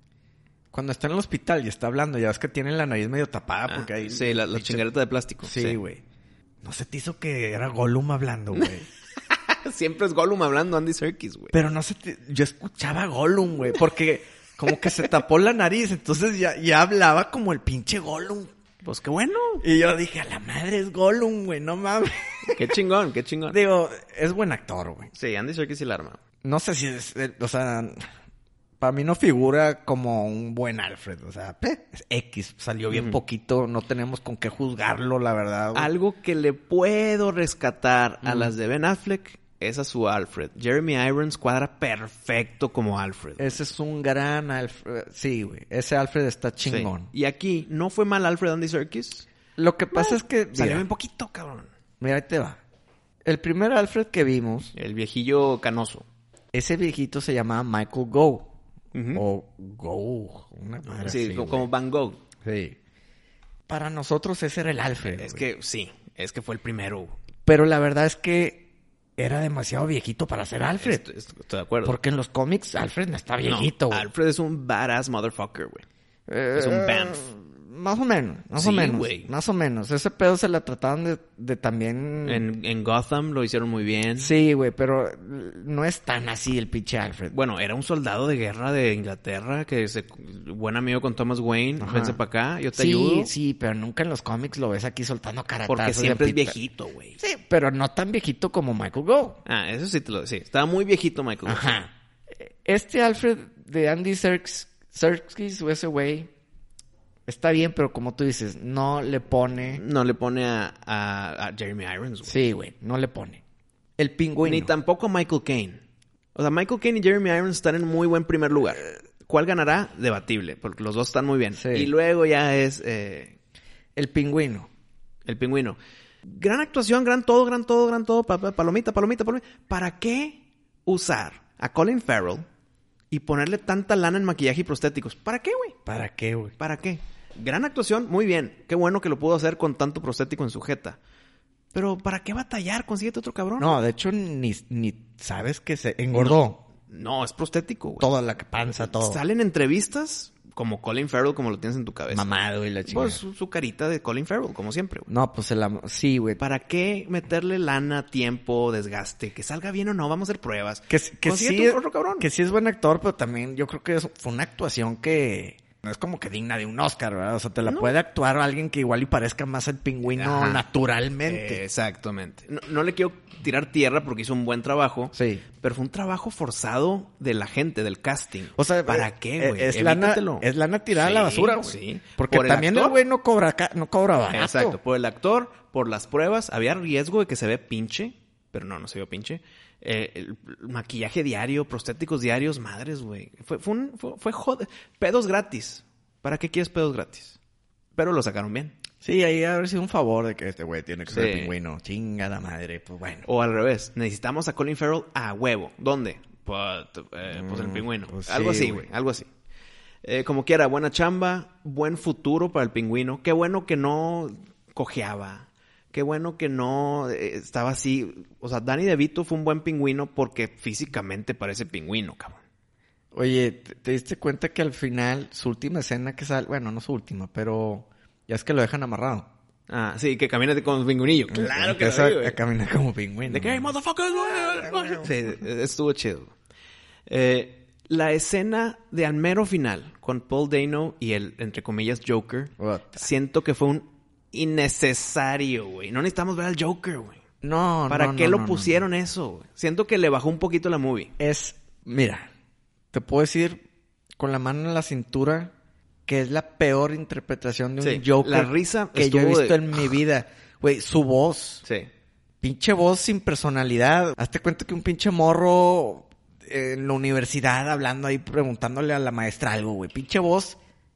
cuando está en el hospital y está hablando, ya ves que tiene la nariz medio tapada ah, porque ahí... Sí, la, la chingareta de plástico. Sí, güey. Sí. No se te hizo que era Gollum hablando, güey. Siempre es Gollum hablando Andy Serkis, güey. Pero no se te... Yo escuchaba Gollum, güey, porque como que se tapó la nariz, entonces ya, ya hablaba como el pinche Gollum. Pues qué bueno. Y yo dije, a la madre es Gollum, güey, no mames. Qué chingón, qué chingón. Digo, es buen actor, güey. Sí, Andy Serkis sí la arma. No sé si es... O sea, para mí no figura como un buen Alfred. O sea, es X. Salió bien mm. poquito. No tenemos con qué juzgarlo, la verdad, güey. Algo que le puedo rescatar mm. a las de Ben Affleck es a su Alfred. Jeremy Irons cuadra perfecto como Alfred. Ese es un gran Alfred. Sí, güey. Ese Alfred está chingón. Sí. Y aquí, ¿no fue mal Alfred Andy Serkis? Lo que pasa no, es que... Salió bien poquito, cabrón. Mira, ahí te va. El primer Alfred que vimos... El viejillo canoso. Ese viejito se llamaba Michael Gough. Uh-huh. O Gough. Una madre sí, así, como, como Van Gogh. Sí. Para nosotros ese era el Alfred. Es güey. que sí. Es que fue el primero. Pero la verdad es que... Era demasiado viejito para ser Alfred. Estoy, estoy de acuerdo. Porque en los cómics Alfred no está viejito, güey. No, Alfred es un badass motherfucker, güey. Eh, es un Banff. Más o menos, más sí, o menos. Wey. Más o menos. Ese pedo se la trataban de, de también... En, en Gotham lo hicieron muy bien. Sí, güey, pero no es tan así el pinche Alfred. Bueno, era un soldado de guerra de Inglaterra que se... Buen amigo con Thomas Wayne. Ajá. Vence para acá, yo te sí, ayudo. Sí, sí, pero nunca en los cómics lo ves aquí soltando caratazos. Porque siempre es viejito, güey. Sí, pero no tan viejito como Michael Gough. Ah, eso sí te lo... Sí, estaba muy viejito Michael Gough. Ajá. Este Alfred de Andy Serkis, Serkis o ese güey... Está bien, pero como tú dices, no le pone... No le pone a, a, a Jeremy Irons, güey. Sí, güey, no le pone. El pingüino. Ni tampoco a Michael Caine. O sea, Michael Caine y Jeremy Irons están en muy buen primer lugar. ¿Cuál ganará? Debatible, porque los dos están muy bien. Sí. Y luego ya es... Eh... El pingüino. El pingüino. Gran actuación, gran todo, gran todo, gran todo. Palomita, palomita, palomita. ¿Para qué usar a Colin Farrell y ponerle tanta lana en maquillaje y prostéticos? ¿Para qué, güey? ¿Para qué, güey? ¿Para qué? Gran actuación, muy bien. Qué bueno que lo pudo hacer con tanto prostético en su jeta. Pero, ¿para qué batallar? Consíguete otro cabrón. No, de hecho, ni, ni sabes que se engordó. No, no es prostético, güey. Toda la panza, todo. Salen entrevistas como Colin Farrell, como lo tienes en tu cabeza. Mamado y la chingada. Pues su, su carita de Colin Farrell, como siempre, güey. No, pues el am- sí, güey. ¿Para qué meterle lana, tiempo, desgaste? Que salga bien o no, vamos a hacer pruebas. Que, que sí, otro cabrón. Que sí es buen actor, pero también yo creo que es, fue una actuación que... No es como que digna de un Oscar, ¿verdad? O sea, te la no. puede actuar alguien que igual y parezca más el pingüino Ajá. naturalmente. Eh, exactamente. No, no le quiero tirar tierra porque hizo un buen trabajo. Sí. Pero fue un trabajo forzado de la gente, del casting. O sea, ¿para eh, qué, güey? Es lana, es lana tirada sí, a la basura, güey. Sí. Porque por también el, actor, el güey no cobra, no cobra barato. Exacto. Por el actor, por las pruebas. Había riesgo de que se ve pinche. Pero no, no se vio pinche. Eh, el maquillaje diario, prostéticos diarios, madres, güey. Fue, fue un, fue, fue joder. Pedos gratis. ¿Para qué quieres pedos gratis? Pero lo sacaron bien. Sí, ahí haber sido un favor de que este güey tiene que sí. ser pingüino. Chingada madre, pues bueno. O al revés. Necesitamos a Colin Farrell a huevo. ¿Dónde? Pues, eh, pues el pingüino. Pues algo sí, así, güey. Algo así. Eh, como quiera, buena chamba. Buen futuro para el pingüino. Qué bueno que no cojeaba. Qué bueno que no eh, estaba así. O sea, Danny DeVito fue un buen pingüino porque físicamente parece pingüino, cabrón. Oye, ¿te, te diste cuenta que al final, su última escena que sale... Bueno, no su última, pero ya es que lo dejan amarrado. Ah, sí, que camina como pingüinillo. Claro que sí, güey. Camina como pingüino. De que, hey, motherfuckers, güey. Sí, estuvo chido. Eh, la escena de al mero final, con Paul Dano y el, entre comillas, Joker, What? Siento que fue un innecesario, güey. No necesitamos ver al Joker, güey. No, ¿Para no, qué no, lo no, pusieron no. eso, güey? Siento que le bajó un poquito la movie. Es, mira, te puedo decir con la mano en la cintura que es la peor interpretación de un sí, Joker la risa que yo he visto de... en mi vida. Güey, su voz. Sí. Pinche voz sin personalidad. Hazte cuenta que un pinche morro en la universidad hablando ahí, preguntándole a la maestra algo, güey. Pinche voz...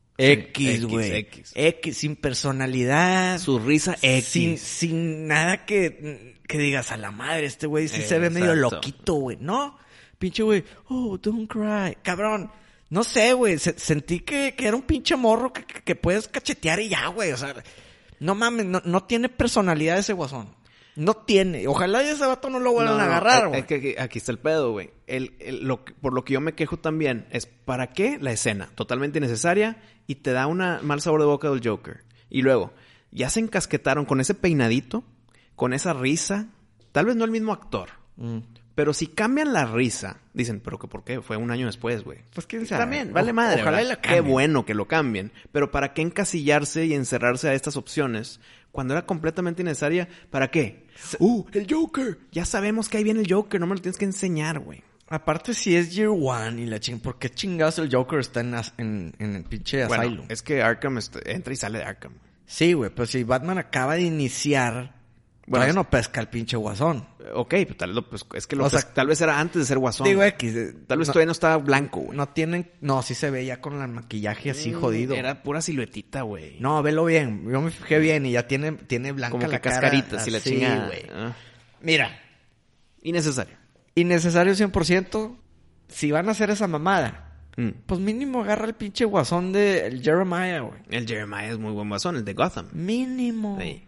X, güey. X, X, sin personalidad. Su risa X. Sin, sin nada que, que digas a la madre, este güey sí eh, se ve exacto. medio loquito, güey. No, pinche güey, oh, don't cry. Cabrón, no sé, güey. Se- sentí que, que era un pinche morro que, que, que puedes cachetear y ya, güey. O sea, no mames, no, no tiene personalidad ese guasón. No tiene. Ojalá y ese vato no lo vuelvan No, a no, agarrar, es- güey. es que aquí, aquí está el pedo, güey. El, el- lo que- por lo que yo me quejo también es, ¿para qué la escena? Totalmente innecesaria y te da un mal sabor de boca del Joker. Y luego, ya se encasquetaron con ese peinadito, con esa risa. Tal vez no el mismo actor. Mm. Pero si cambian la risa, dicen, ¿pero que por qué? Fue un año después, güey. Pues quién sabe. También, vale O- madre. ojalá ¿verdad? y la Qué cambien. bueno que lo cambien. Pero ¿para qué encasillarse y encerrarse a estas opciones cuando era completamente innecesaria? ¿Para qué? ¡Uh, el Joker! Ya sabemos que ahí viene el Joker, no me lo tienes que enseñar, güey. Aparte, si es Year One y la ching... ¿Por qué chingados el Joker está en, as- en, en el pinche Bueno, Asylum? es que Arkham est- entra y sale de Arkham. Sí, güey. Pero si Batman acaba de iniciar... Bueno, todavía es- no pesca el pinche guasón. Ok, pero tal, vez lo- pues, es que lo O sea, pes- tal vez era antes de ser Guasón. Digo X. eh, Tal vez no, todavía no estaba blanco, güey. no tienen... No, sí se ve ya con el maquillaje así Mm, jodido. Era pura siluetita, güey. No, velo bien. Yo me fijé bien y ya tiene, tiene blanca Como que la cara. cascaritas y la así, chingada. güey. Ah. Mira, Innecesario. innecesario cien por ciento. Si van a hacer esa mamada, Mm. pues mínimo agarra el pinche guasón de el Jeremiah, güey. El Jeremiah es muy buen Guasón, el de Gotham. Mínimo. Sí.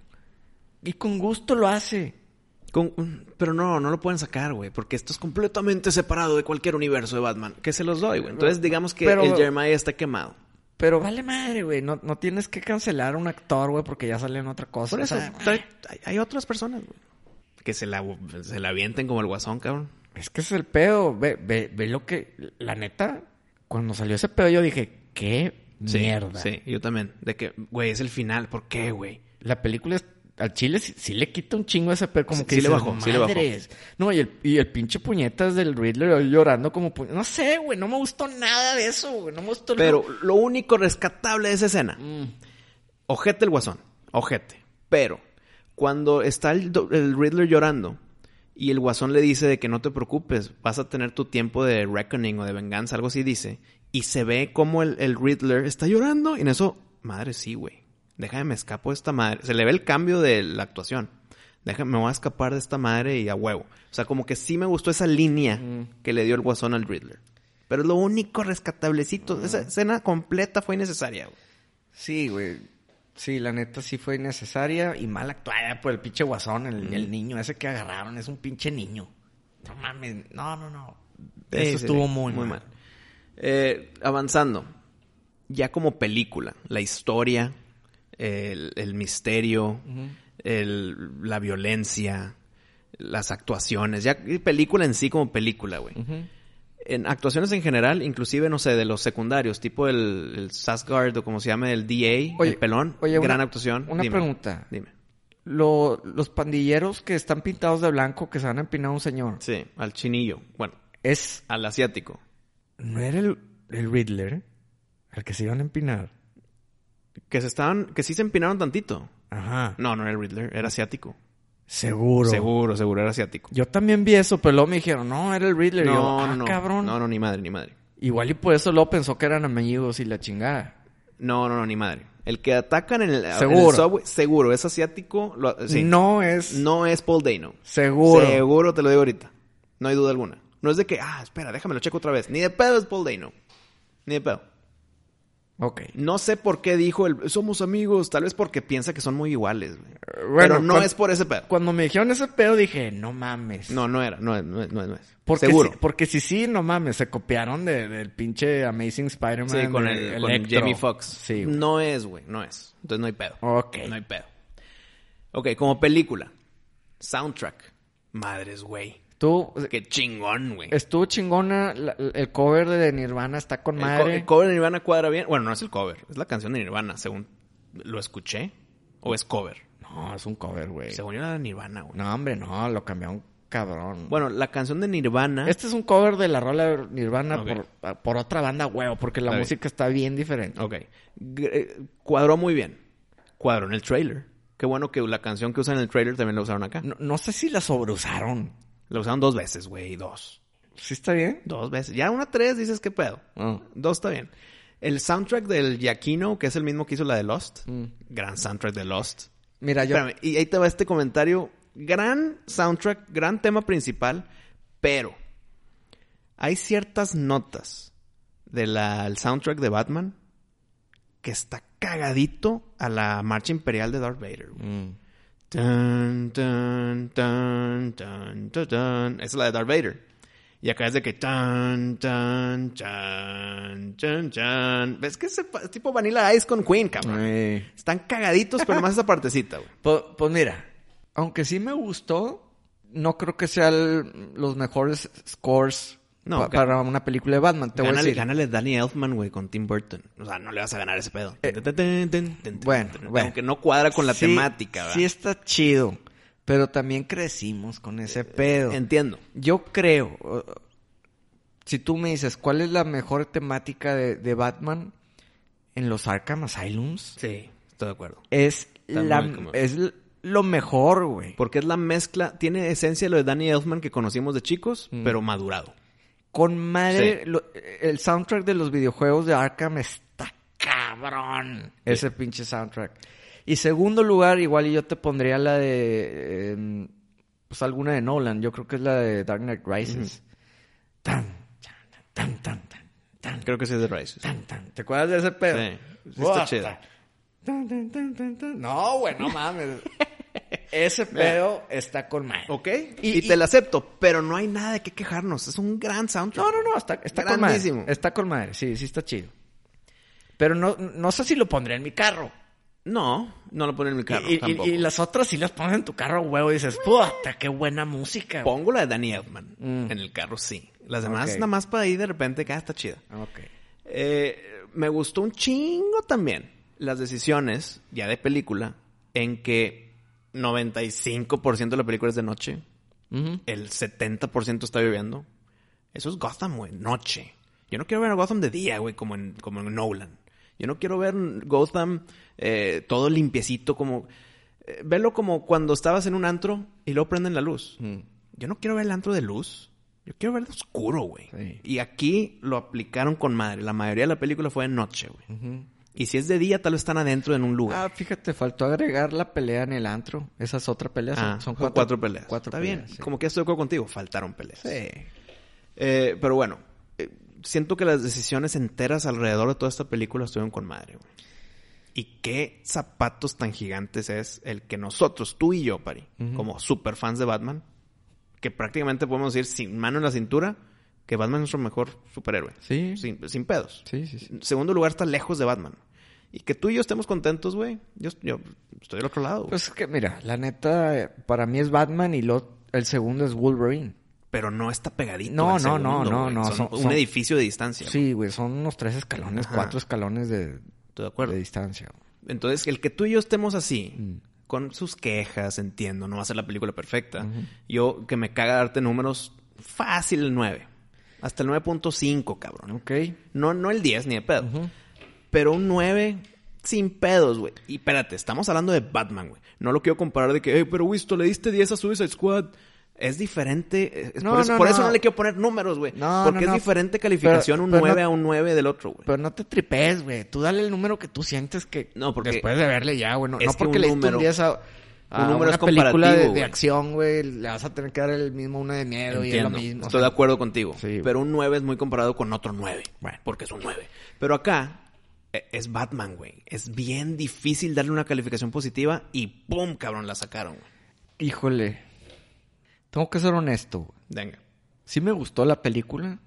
Y con gusto lo hace. Con- pero no, no lo pueden sacar, güey, porque esto es completamente separado de cualquier universo de Batman. Que se los doy, güey. Entonces, digamos que Pero- el Jeremiah está quemado. Pero vale madre, güey. No, no tienes que cancelar a un actor, güey, porque ya salió en otra cosa. Por eso, O sea, trae- hay, hay otras personas, güey, que se la, se la avienten como el Guasón, cabrón. es que ese es el pedo. Ve, ve, ve lo que... La neta, cuando salió ese pedo yo dije, qué Sí, mierda. Sí, yo también. De que, güey, es el final. ¿Por qué, güey? La película es- al chile sí, sí le quita un chingo a ese pedo, como Sí, que sí le dices, bajó, sí le bajó. "Madres". No, y el, y el pinche puñetas del Riddler ahí llorando como... pu- No sé, güey, no me gustó nada de eso, güey. No me gustó... el- Pero lo único rescatable de esa escena, Mm. ojete el Guasón, ojete. Pero cuando está el, do- el Riddler llorando y el Guasón le dice de que no te preocupes, vas a tener tu tiempo de reckoning o de venganza, algo así dice, y se ve como el, el Riddler está llorando y en eso, madre, sí, güey. Déjame, me escapo de esta madre. Se le ve el cambio de la actuación. Déjame, me voy a escapar de esta madre y a huevo. O sea, como que sí me gustó esa línea Mm. que le dio el Guasón al Riddler. Pero es lo único rescatablecito. Esa escena completa fue innecesaria, güey. Sí, güey. Sí, la neta sí fue innecesaria y mal actuada por el pinche guasón, el, Mm. el niño ese que agarraron. Es un pinche niño. No mames. No, no, no. Sí, Eso sí, estuvo sí. muy, Muy mal. mal. Eh, avanzando. Ya como película. La historia, el, el misterio, el- la violencia, las actuaciones. Ya película en sí como película, güey. Ujú. En actuaciones en general, inclusive, no sé, de los secundarios, tipo el, el Sasgard o como se llame, el D A, Oye, el pelón. oye, gran una- actuación. una Dime, pregunta. Dime. Lo- los pandilleros que están pintados de blanco que se van a empinar a un señor. Sí, al chinillo. Bueno, Es... al asiático. ¿No era el, el Riddler? Al que se iban a empinar. Que se estaban, que sí se empinaron tantito. Ajá. No, no era el Riddler, era asiático. Seguro. Seguro, seguro, era asiático. Yo también vi eso, pero luego me dijeron, no, era el Riddler. Y yo, No, ah, no, no. cabrón. No, no, ni madre, ni madre. Igual y por eso luego pensó que eran amigos y la chingada. No, no, no, ni madre. El que atacan en el, en el Seguro. subway, seguro, es asiático. Lo- sí. No es... No es Paul Dano. Seguro. Seguro, te lo digo ahorita. No hay duda alguna. No es de que, ah, espera, déjame lo checo otra vez. Ni de pedo es Paul Dano. Ni de pedo. Ok. No sé por qué dijo el somos amigos. Tal vez porque piensa que son muy iguales, güey. Bueno, Pero no cuan- es por ese pedo. Cuando me dijeron ese pedo dije, no mames. No, no era. No es, no es, no es. No es. Porque Seguro. Si, porque si sí, no mames, se copiaron de- del pinche Amazing Spider-Man. Sí, con, de el, con Electro. Jamie Foxx. Sí. güey. No es, güey. No es. Entonces no hay pedo. Ok. No hay pedo. Ok, como película. Soundtrack. Madres, güey. Tú, Qué chingón, güey. estuvo chingona, la- el cover de Nirvana está con El, co- madre. el cover de Nirvana cuadra bien. Bueno, no es el cover. Es la canción de Nirvana, según lo escuché. ¿O es cover? No, es un cover, güey. Según yo era de Nirvana, güey. No, hombre, no, lo cambiaron cabrón. Bueno, la canción de Nirvana... Este es un cover de la rola de Nirvana Ok. por, por otra banda, huevo, porque la Está bien. música está bien diferente. Ok. G- eh, cuadró muy bien. Cuadró en el trailer. Qué bueno que la canción que usan en el trailer también la usaron acá. No, no sé si la sobreusaron. La usaron dos veces, güey. Dos. ¿Sí está bien? Dos veces. Ya una tres dices, ¿qué pedo? Ah. Dos está bien. El soundtrack del Giacchino, que es el mismo que hizo la de Lost. Mm. Gran soundtrack de Lost. Mira, yo... Espérame, y ahí te va este comentario. Gran soundtrack, gran tema principal, pero Hay ciertas notas del soundtrack de Batman que está cagadito a la marcha imperial de Darth Vader, güey. Mm. Dun, dun, dun, dun, dun, dun. Esa es la de Darth Vader. Y acá es de que... Dun, dun, dun, dun, dun. ¿Ves que es el tipo Vanilla Ice con Queen, cabrón? Ay. Están cagaditos, pero más esa partecita, güey. Pues, pues mira, aunque sí me gustó, no creo que sean los mejores scores No, pa- ga- para una película de Batman. Te voy a Gánale, decir. gánale Danny Elfman, güey, con Tim Burton. O sea, no le vas a ganar ese pedo. Eh, Ten, ten, ten, ten, ten, bueno, ten, bueno. Aunque no cuadra con la Sí, temática, ¿verdad? Sí está chido, pero también crecimos con ese pedo. Entiendo. Yo creo, uh, si tú me dices, ¿cuál es la mejor temática de, de Batman en los Arkham Asylums? Sí, estoy de acuerdo. Es, Está la, muy cómodo. es l- lo mejor, güey. Porque es la mezcla... Tiene esencia lo de Danny Elfman que conocimos de chicos, Mm. pero madurado. Con madre, Sí. lo- el soundtrack de los videojuegos de Arkham está cabrón. Ese pinche soundtrack. Y segundo lugar, igual yo te pondría la de... eh, pues alguna de Nolan. Yo creo que es la de Dark Knight Rises. Tan, tan, tan, tan, tan, Creo que sí es de Rises. tan, tan. ¿Te acuerdas de ese pedo? Sí. Sí está Buah, chido. tan, tan, tan, tan, tan. No, güey, no mames. Ese pedo está con madre. ¿Ok? Y- Y, y- te la acepto, pero no hay nada de qué quejarnos. Es un gran soundtrack. No, no, no, está, está con madre. Grandísimo. Está con madre, sí, sí está chido. Pero no, no sé si lo pondré en mi carro. No, no lo pone en mi carro y, y- tampoco. y las otras sí las pones en tu carro, huevo, y dices, puta, qué buena música. güey". Pongo la de Danny Elfman Mm. en el carro, sí. Las demás, Ok. nada más para ahí de repente, que ah, está chida. Ok. Eh, me gustó un chingo también las decisiones, ya de película, en que noventa y cinco por ciento de la película es de noche, Ujú. el setenta por ciento está lloviendo. Eso es Gotham, güey, noche. Yo no quiero ver a Gotham de día, güey, como en, como en Nolan. Yo no quiero ver Gotham eh, todo limpiecito, como... Eh, verlo como cuando estabas en un antro y luego prenden la luz. Mm. Yo no quiero ver el antro de luz. Yo quiero verlo oscuro, güey. Sí. Y aquí lo aplicaron con madre. La mayoría de la película fue de noche, güey. Ujú. Y si es de día, tal vez están adentro en un lugar. Ah, fíjate, faltó agregar la pelea en el antro. Esa es otra pelea. Ah, son, son cuatro, cuatro, peleas. Cuatro Está peleas, bien. sí. Como que estoy de acuerdo contigo. Faltaron peleas. Sí. Eh, pero bueno, eh, siento que las decisiones enteras alrededor de toda esta película estuvieron con madre, güey. Y qué zapatos tan gigantes es el que nosotros, tú y yo, Pari, Ujú. como super fans de Batman, que prácticamente podemos decir sin mano en la cintura que Batman es nuestro mejor superhéroe. Sí. Sin, sin pedos. Sí, sí, sí. En segundo lugar, está lejos de Batman. Y que tú y yo estemos contentos, güey. Yo, yo estoy del otro lado. güey. Pues es que, mira, la neta, eh, para mí es Batman y lo, el segundo es Wolverine. Pero no está pegadito. No, al no, no, segundo, no, güey. no, Son son- un son- edificio de distancia. güey. Sí, güey, son unos tres escalones, Ajá. cuatro escalones de, Estoy de acuerdo. de distancia. Entonces, el que tú y yo estemos así, Mm. con sus quejas, entiendo, no va a ser la película perfecta. Yo, que me caga darte números, fácil el nueve. Hasta el nueve punto cinco, cabrón. Ok. No, no el diez ni de pedo. Ujú. Pero un nueve sin pedos, güey. Y espérate, estamos hablando de Batman, güey. No lo quiero comparar de que, hey, pero Wisto, le diste diez a Suicide Squad. Es diferente. Es No, por eso, no, por eso no. no le quiero poner números, güey. No, Porque no, es no. diferente calificación Pero- un pero nueve no- a un nueve del otro, güey. Pero no te tripes, güey. Tú dale el número que tú sientes que... No, porque- Después de verle ya, güey. No, Es no que porque un le diste número- un diez a, a un número una es película de, comparativo, de güey. acción, güey. Le vas a tener que dar el mismo una de miedo y es Entiendo. lo mismo. o Estoy sea, de acuerdo contigo. Sí, güey. Pero un nueve es muy comparado con otro nueve. Bueno. Porque es un nueve. Pero acá eh, es Batman, güey. Es bien difícil darle una calificación positiva y ¡pum! Cabrón, la sacaron, güey. Híjole. Tengo que ser honesto, güey. Venga. Sí me gustó la película,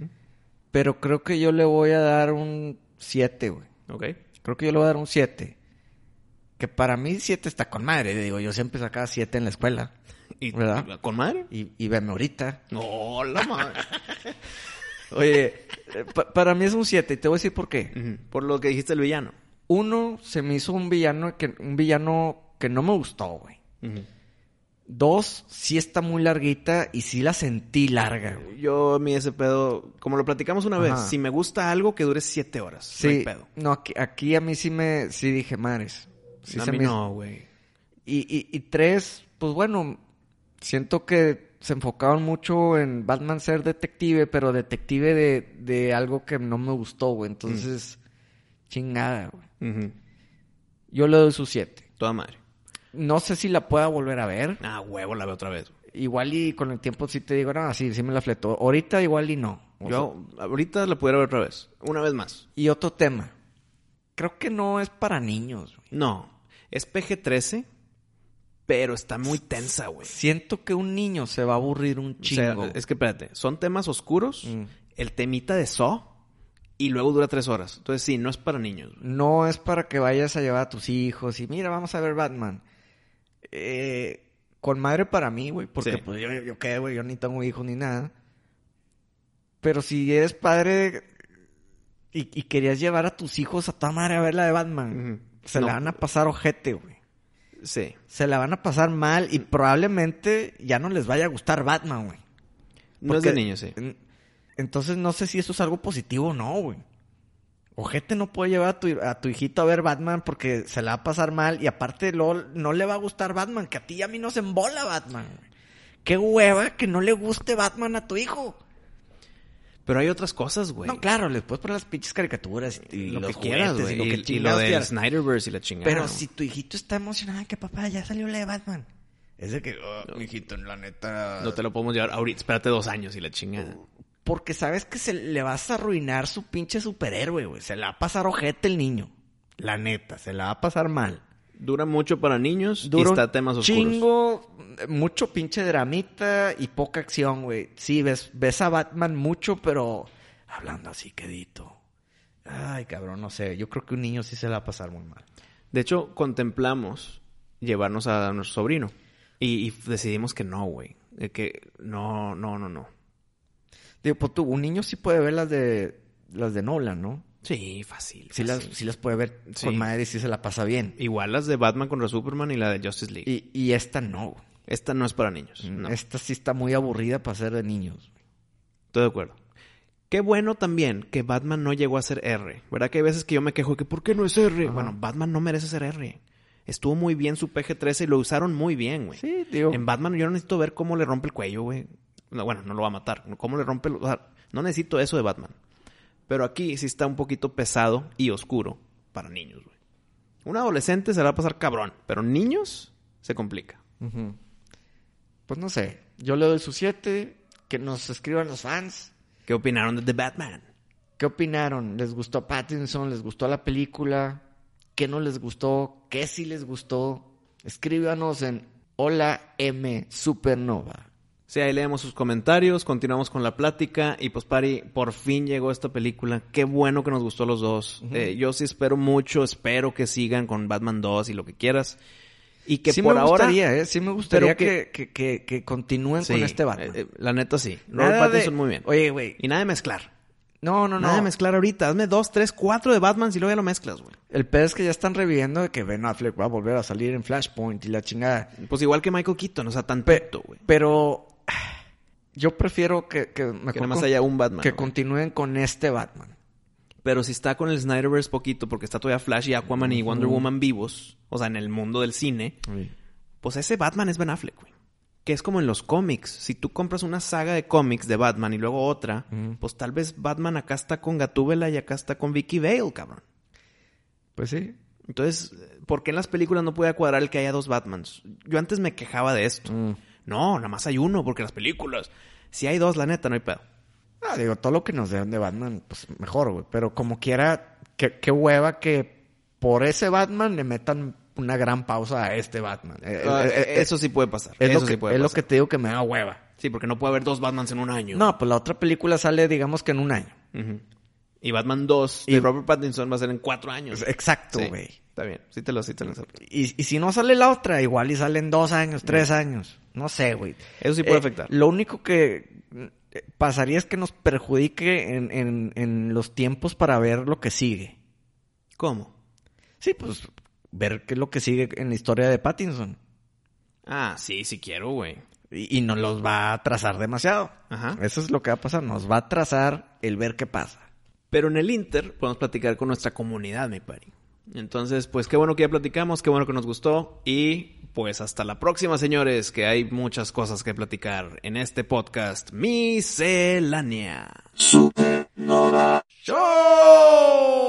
pero creo que yo le voy a dar un siete, güey. Ok. Creo que yo le voy a dar un siete. Que para mí siete está con madre. Digo, yo siempre sacaba siete en la escuela. ¿Y ¿Verdad? con madre? Y, y veme ahorita. No, la madre. Oye, eh, pa- para mí es un siete y te voy a decir por qué. Ujú. Por lo que dijiste el villano. Uno, se me hizo un villano que, un villano que no me gustó, güey. Ujú. Dos, sí está muy larguita y sí la sentí larga, güey. Yo, mi ese pedo, como lo platicamos una Ajá. vez, si me gusta algo que dure siete horas. Sí, No hay pedo. no, aquí, aquí a mí sí me, sí dije, madres. Sí a se mí me- no, güey. Y, y, y tres, pues bueno, siento que se enfocaban mucho en Batman ser detective, pero detective de, de algo que no me gustó, güey. Entonces, chingada, güey. Ujú. Yo le doy su siete. Toda madre. No sé si la pueda volver a ver. Ah, huevo, la veo otra vez. Igual y con el tiempo sí te digo, no, sí, sí me la fletó. Ahorita igual y no. O Yo ahorita la pudiera ver otra vez. Una vez más. sea, y otro tema. Creo que no es para niños, güey. No. Es P G trece, pero está muy tensa, güey. Siento que un niño se va a aburrir un O sea, chingo. es que espérate. Son temas oscuros. Mm. El temita de Saw. Y luego dura tres horas. Entonces sí, no es para niños, güey. No es para que vayas a llevar a tus hijos y mira, vamos a ver Batman. Eh, con madre para mí, güey, porque Sí. pues yo, yo qué, güey, yo ni tengo hijos ni nada. Pero si eres padre y, y querías llevar a tus hijos a toda madre a ver la de Batman, Ujú. se No. la van a pasar ojete, güey. Sí. Se la van a pasar mal y probablemente ya no les vaya a gustar Batman, güey. No es Porque- de niños, sí. en- Entonces no sé si eso es algo positivo o no, güey. Ojete no puede llevar a tu, a tu hijito a ver Batman porque se la va a pasar mal y aparte luego no le va a gustar Batman, que a ti y a mí nos embola Batman, güey. Qué hueva que no le guste Batman a tu hijo. Pero hay otras cosas, güey. No, claro, les puedes poner las pinches caricaturas y, y lo los que quieras, juguetes güey. y lo Y, que y lo chingados del quieras. Snyderverse y la chingada. Pero si tu hijito está emocionado que papá ya salió la de Batman. Es de que, oh, mijito, la neta... No te lo podemos llevar ahorita. Espérate dos años y la chingada. Porque sabes que se le vas a arruinar su pinche superhéroe, güey. Se la va a pasar ojete el niño. La neta, se la va a pasar mal. Dura mucho para niños Dura y está un temas oscuros. chingo, mucho pinche dramita y poca acción, güey. Sí, ves, ves a Batman mucho, pero hablando así quedito. Ay, cabrón, no sé. Yo creo que un niño sí se la va a pasar muy mal. De hecho, contemplamos llevarnos a nuestro sobrino. Y, y decidimos que no, güey. De que no, no, no, no. Digo, pues tú, un niño sí puede ver las de las de Nolan, ¿no? Sí, fácil. Sí las, fácil. sí las puede ver Sí. con madre y sí se la pasa bien. Igual las de Batman contra Superman y la de Justice League. Y, y esta no, güey. Esta no es para niños. No. Esta sí está muy aburrida para ser de niños. Estoy de acuerdo. Qué bueno también que Batman no llegó a ser R. ¿Verdad que hay veces que yo me quejo de que ¿por qué no es R? Ajá. Bueno, Batman no merece ser R. Estuvo muy bien su P G trece y lo usaron muy bien, güey. Sí, digo. En Batman yo no necesito ver cómo le rompe el cuello, güey. No, bueno, no lo va a matar. Cómo le rompe el... O sea, no necesito eso de Batman. Pero aquí sí está un poquito pesado y oscuro para niños, güey. Un adolescente se la va a pasar cabrón. Pero niños se complica. Ujú. Pues no sé. Yo le doy su siete. Que nos escriban los fans. ¿Qué opinaron de The Batman? ¿Qué opinaron? ¿Les gustó Pattinson? ¿Les gustó la película? ¿Qué no les gustó? ¿Qué sí les gustó? Escríbanos en Hola M Supernova. Sí, ahí leemos sus comentarios, continuamos con la plática y pues Pari, por fin llegó esta película. Qué bueno que nos gustó a los dos. Uh-huh. eh, yo sí espero mucho, espero que sigan con Batman dos y lo que quieras. Y que sí por me ahora... gustaría, ¿eh? Sí me gustaría que, que, que, que, que continúen sí, con este Batman. Eh, eh, la neta sí. Nada Robert Pattinson de... muy bien. Oye, güey. Y nada de mezclar. No, no, no. Nada de mezclar ahorita. Hazme dos, tres, cuatro de Batman y luego ya lo mezclas, güey. El pedo es que ya están reviviendo de que Ben Affleck va a volver a salir en Flashpoint y la chingada. Pues igual que Michael Keaton, o sea, tantito, güey. Pero yo prefiero que, que mejor que nada más haya un Batman. Que güey. continúen con este Batman. Pero si está con el Snyderverse poquito, porque está todavía Flash y Aquaman y Wonder Woman vivos, o sea, en el mundo del cine, Sí. pues ese Batman es Ben Affleck, güey. Que es como en los cómics. Si tú compras una saga de cómics de Batman y luego otra, Uh-huh. pues tal vez Batman acá está con Gatúbela y acá está con Vicky Vale, cabrón. Pues sí. Entonces, ¿por qué en las películas no puede cuadrar el que haya dos Batmans? Yo antes me quejaba de esto. Mm. No, nada más hay uno, porque en las películas, si hay dos, la neta, no hay pedo. Ah, digo, todo lo que nos den de Batman, pues mejor, güey. Pero como quiera, qué, qué hueva que por ese Batman le metan una gran pausa a este Batman. Eh, Uh, eh, eh, eso sí puede pasar. Es, eso lo, que, sí puede es lo pasar. que te digo que me da hueva. Sí, porque no puede haber dos Batmans en un año. No, pues la otra película sale, digamos que en un año. Uh-huh. Y Batman dos Y- de Robert Pattinson va a ser en cuatro años. Exacto, Sí, güey. está bien. Sí te lo, sí te lo acepto. Y, y si no sale la otra, igual y sale en dos años, tres años. No sé, güey. Eso sí puede Eh, afectar. Lo único que eh, pasaría es que nos perjudique en, en, en los tiempos para ver lo que sigue. ¿Cómo? Sí, pues ver qué es lo que sigue en la historia de Pattinson. Ah, sí, sí quiero, güey. Y, y nos los va a atrasar demasiado. Ajá. Eso es lo que va a pasar. Nos va a atrasar el ver qué pasa. Pero en el Inter podemos platicar con nuestra comunidad, mi pari. Entonces, pues qué bueno que ya platicamos, qué bueno que nos gustó. Y pues hasta la próxima, señores, que hay muchas cosas que platicar en este podcast Miscelánea. Supernova. ¡Show!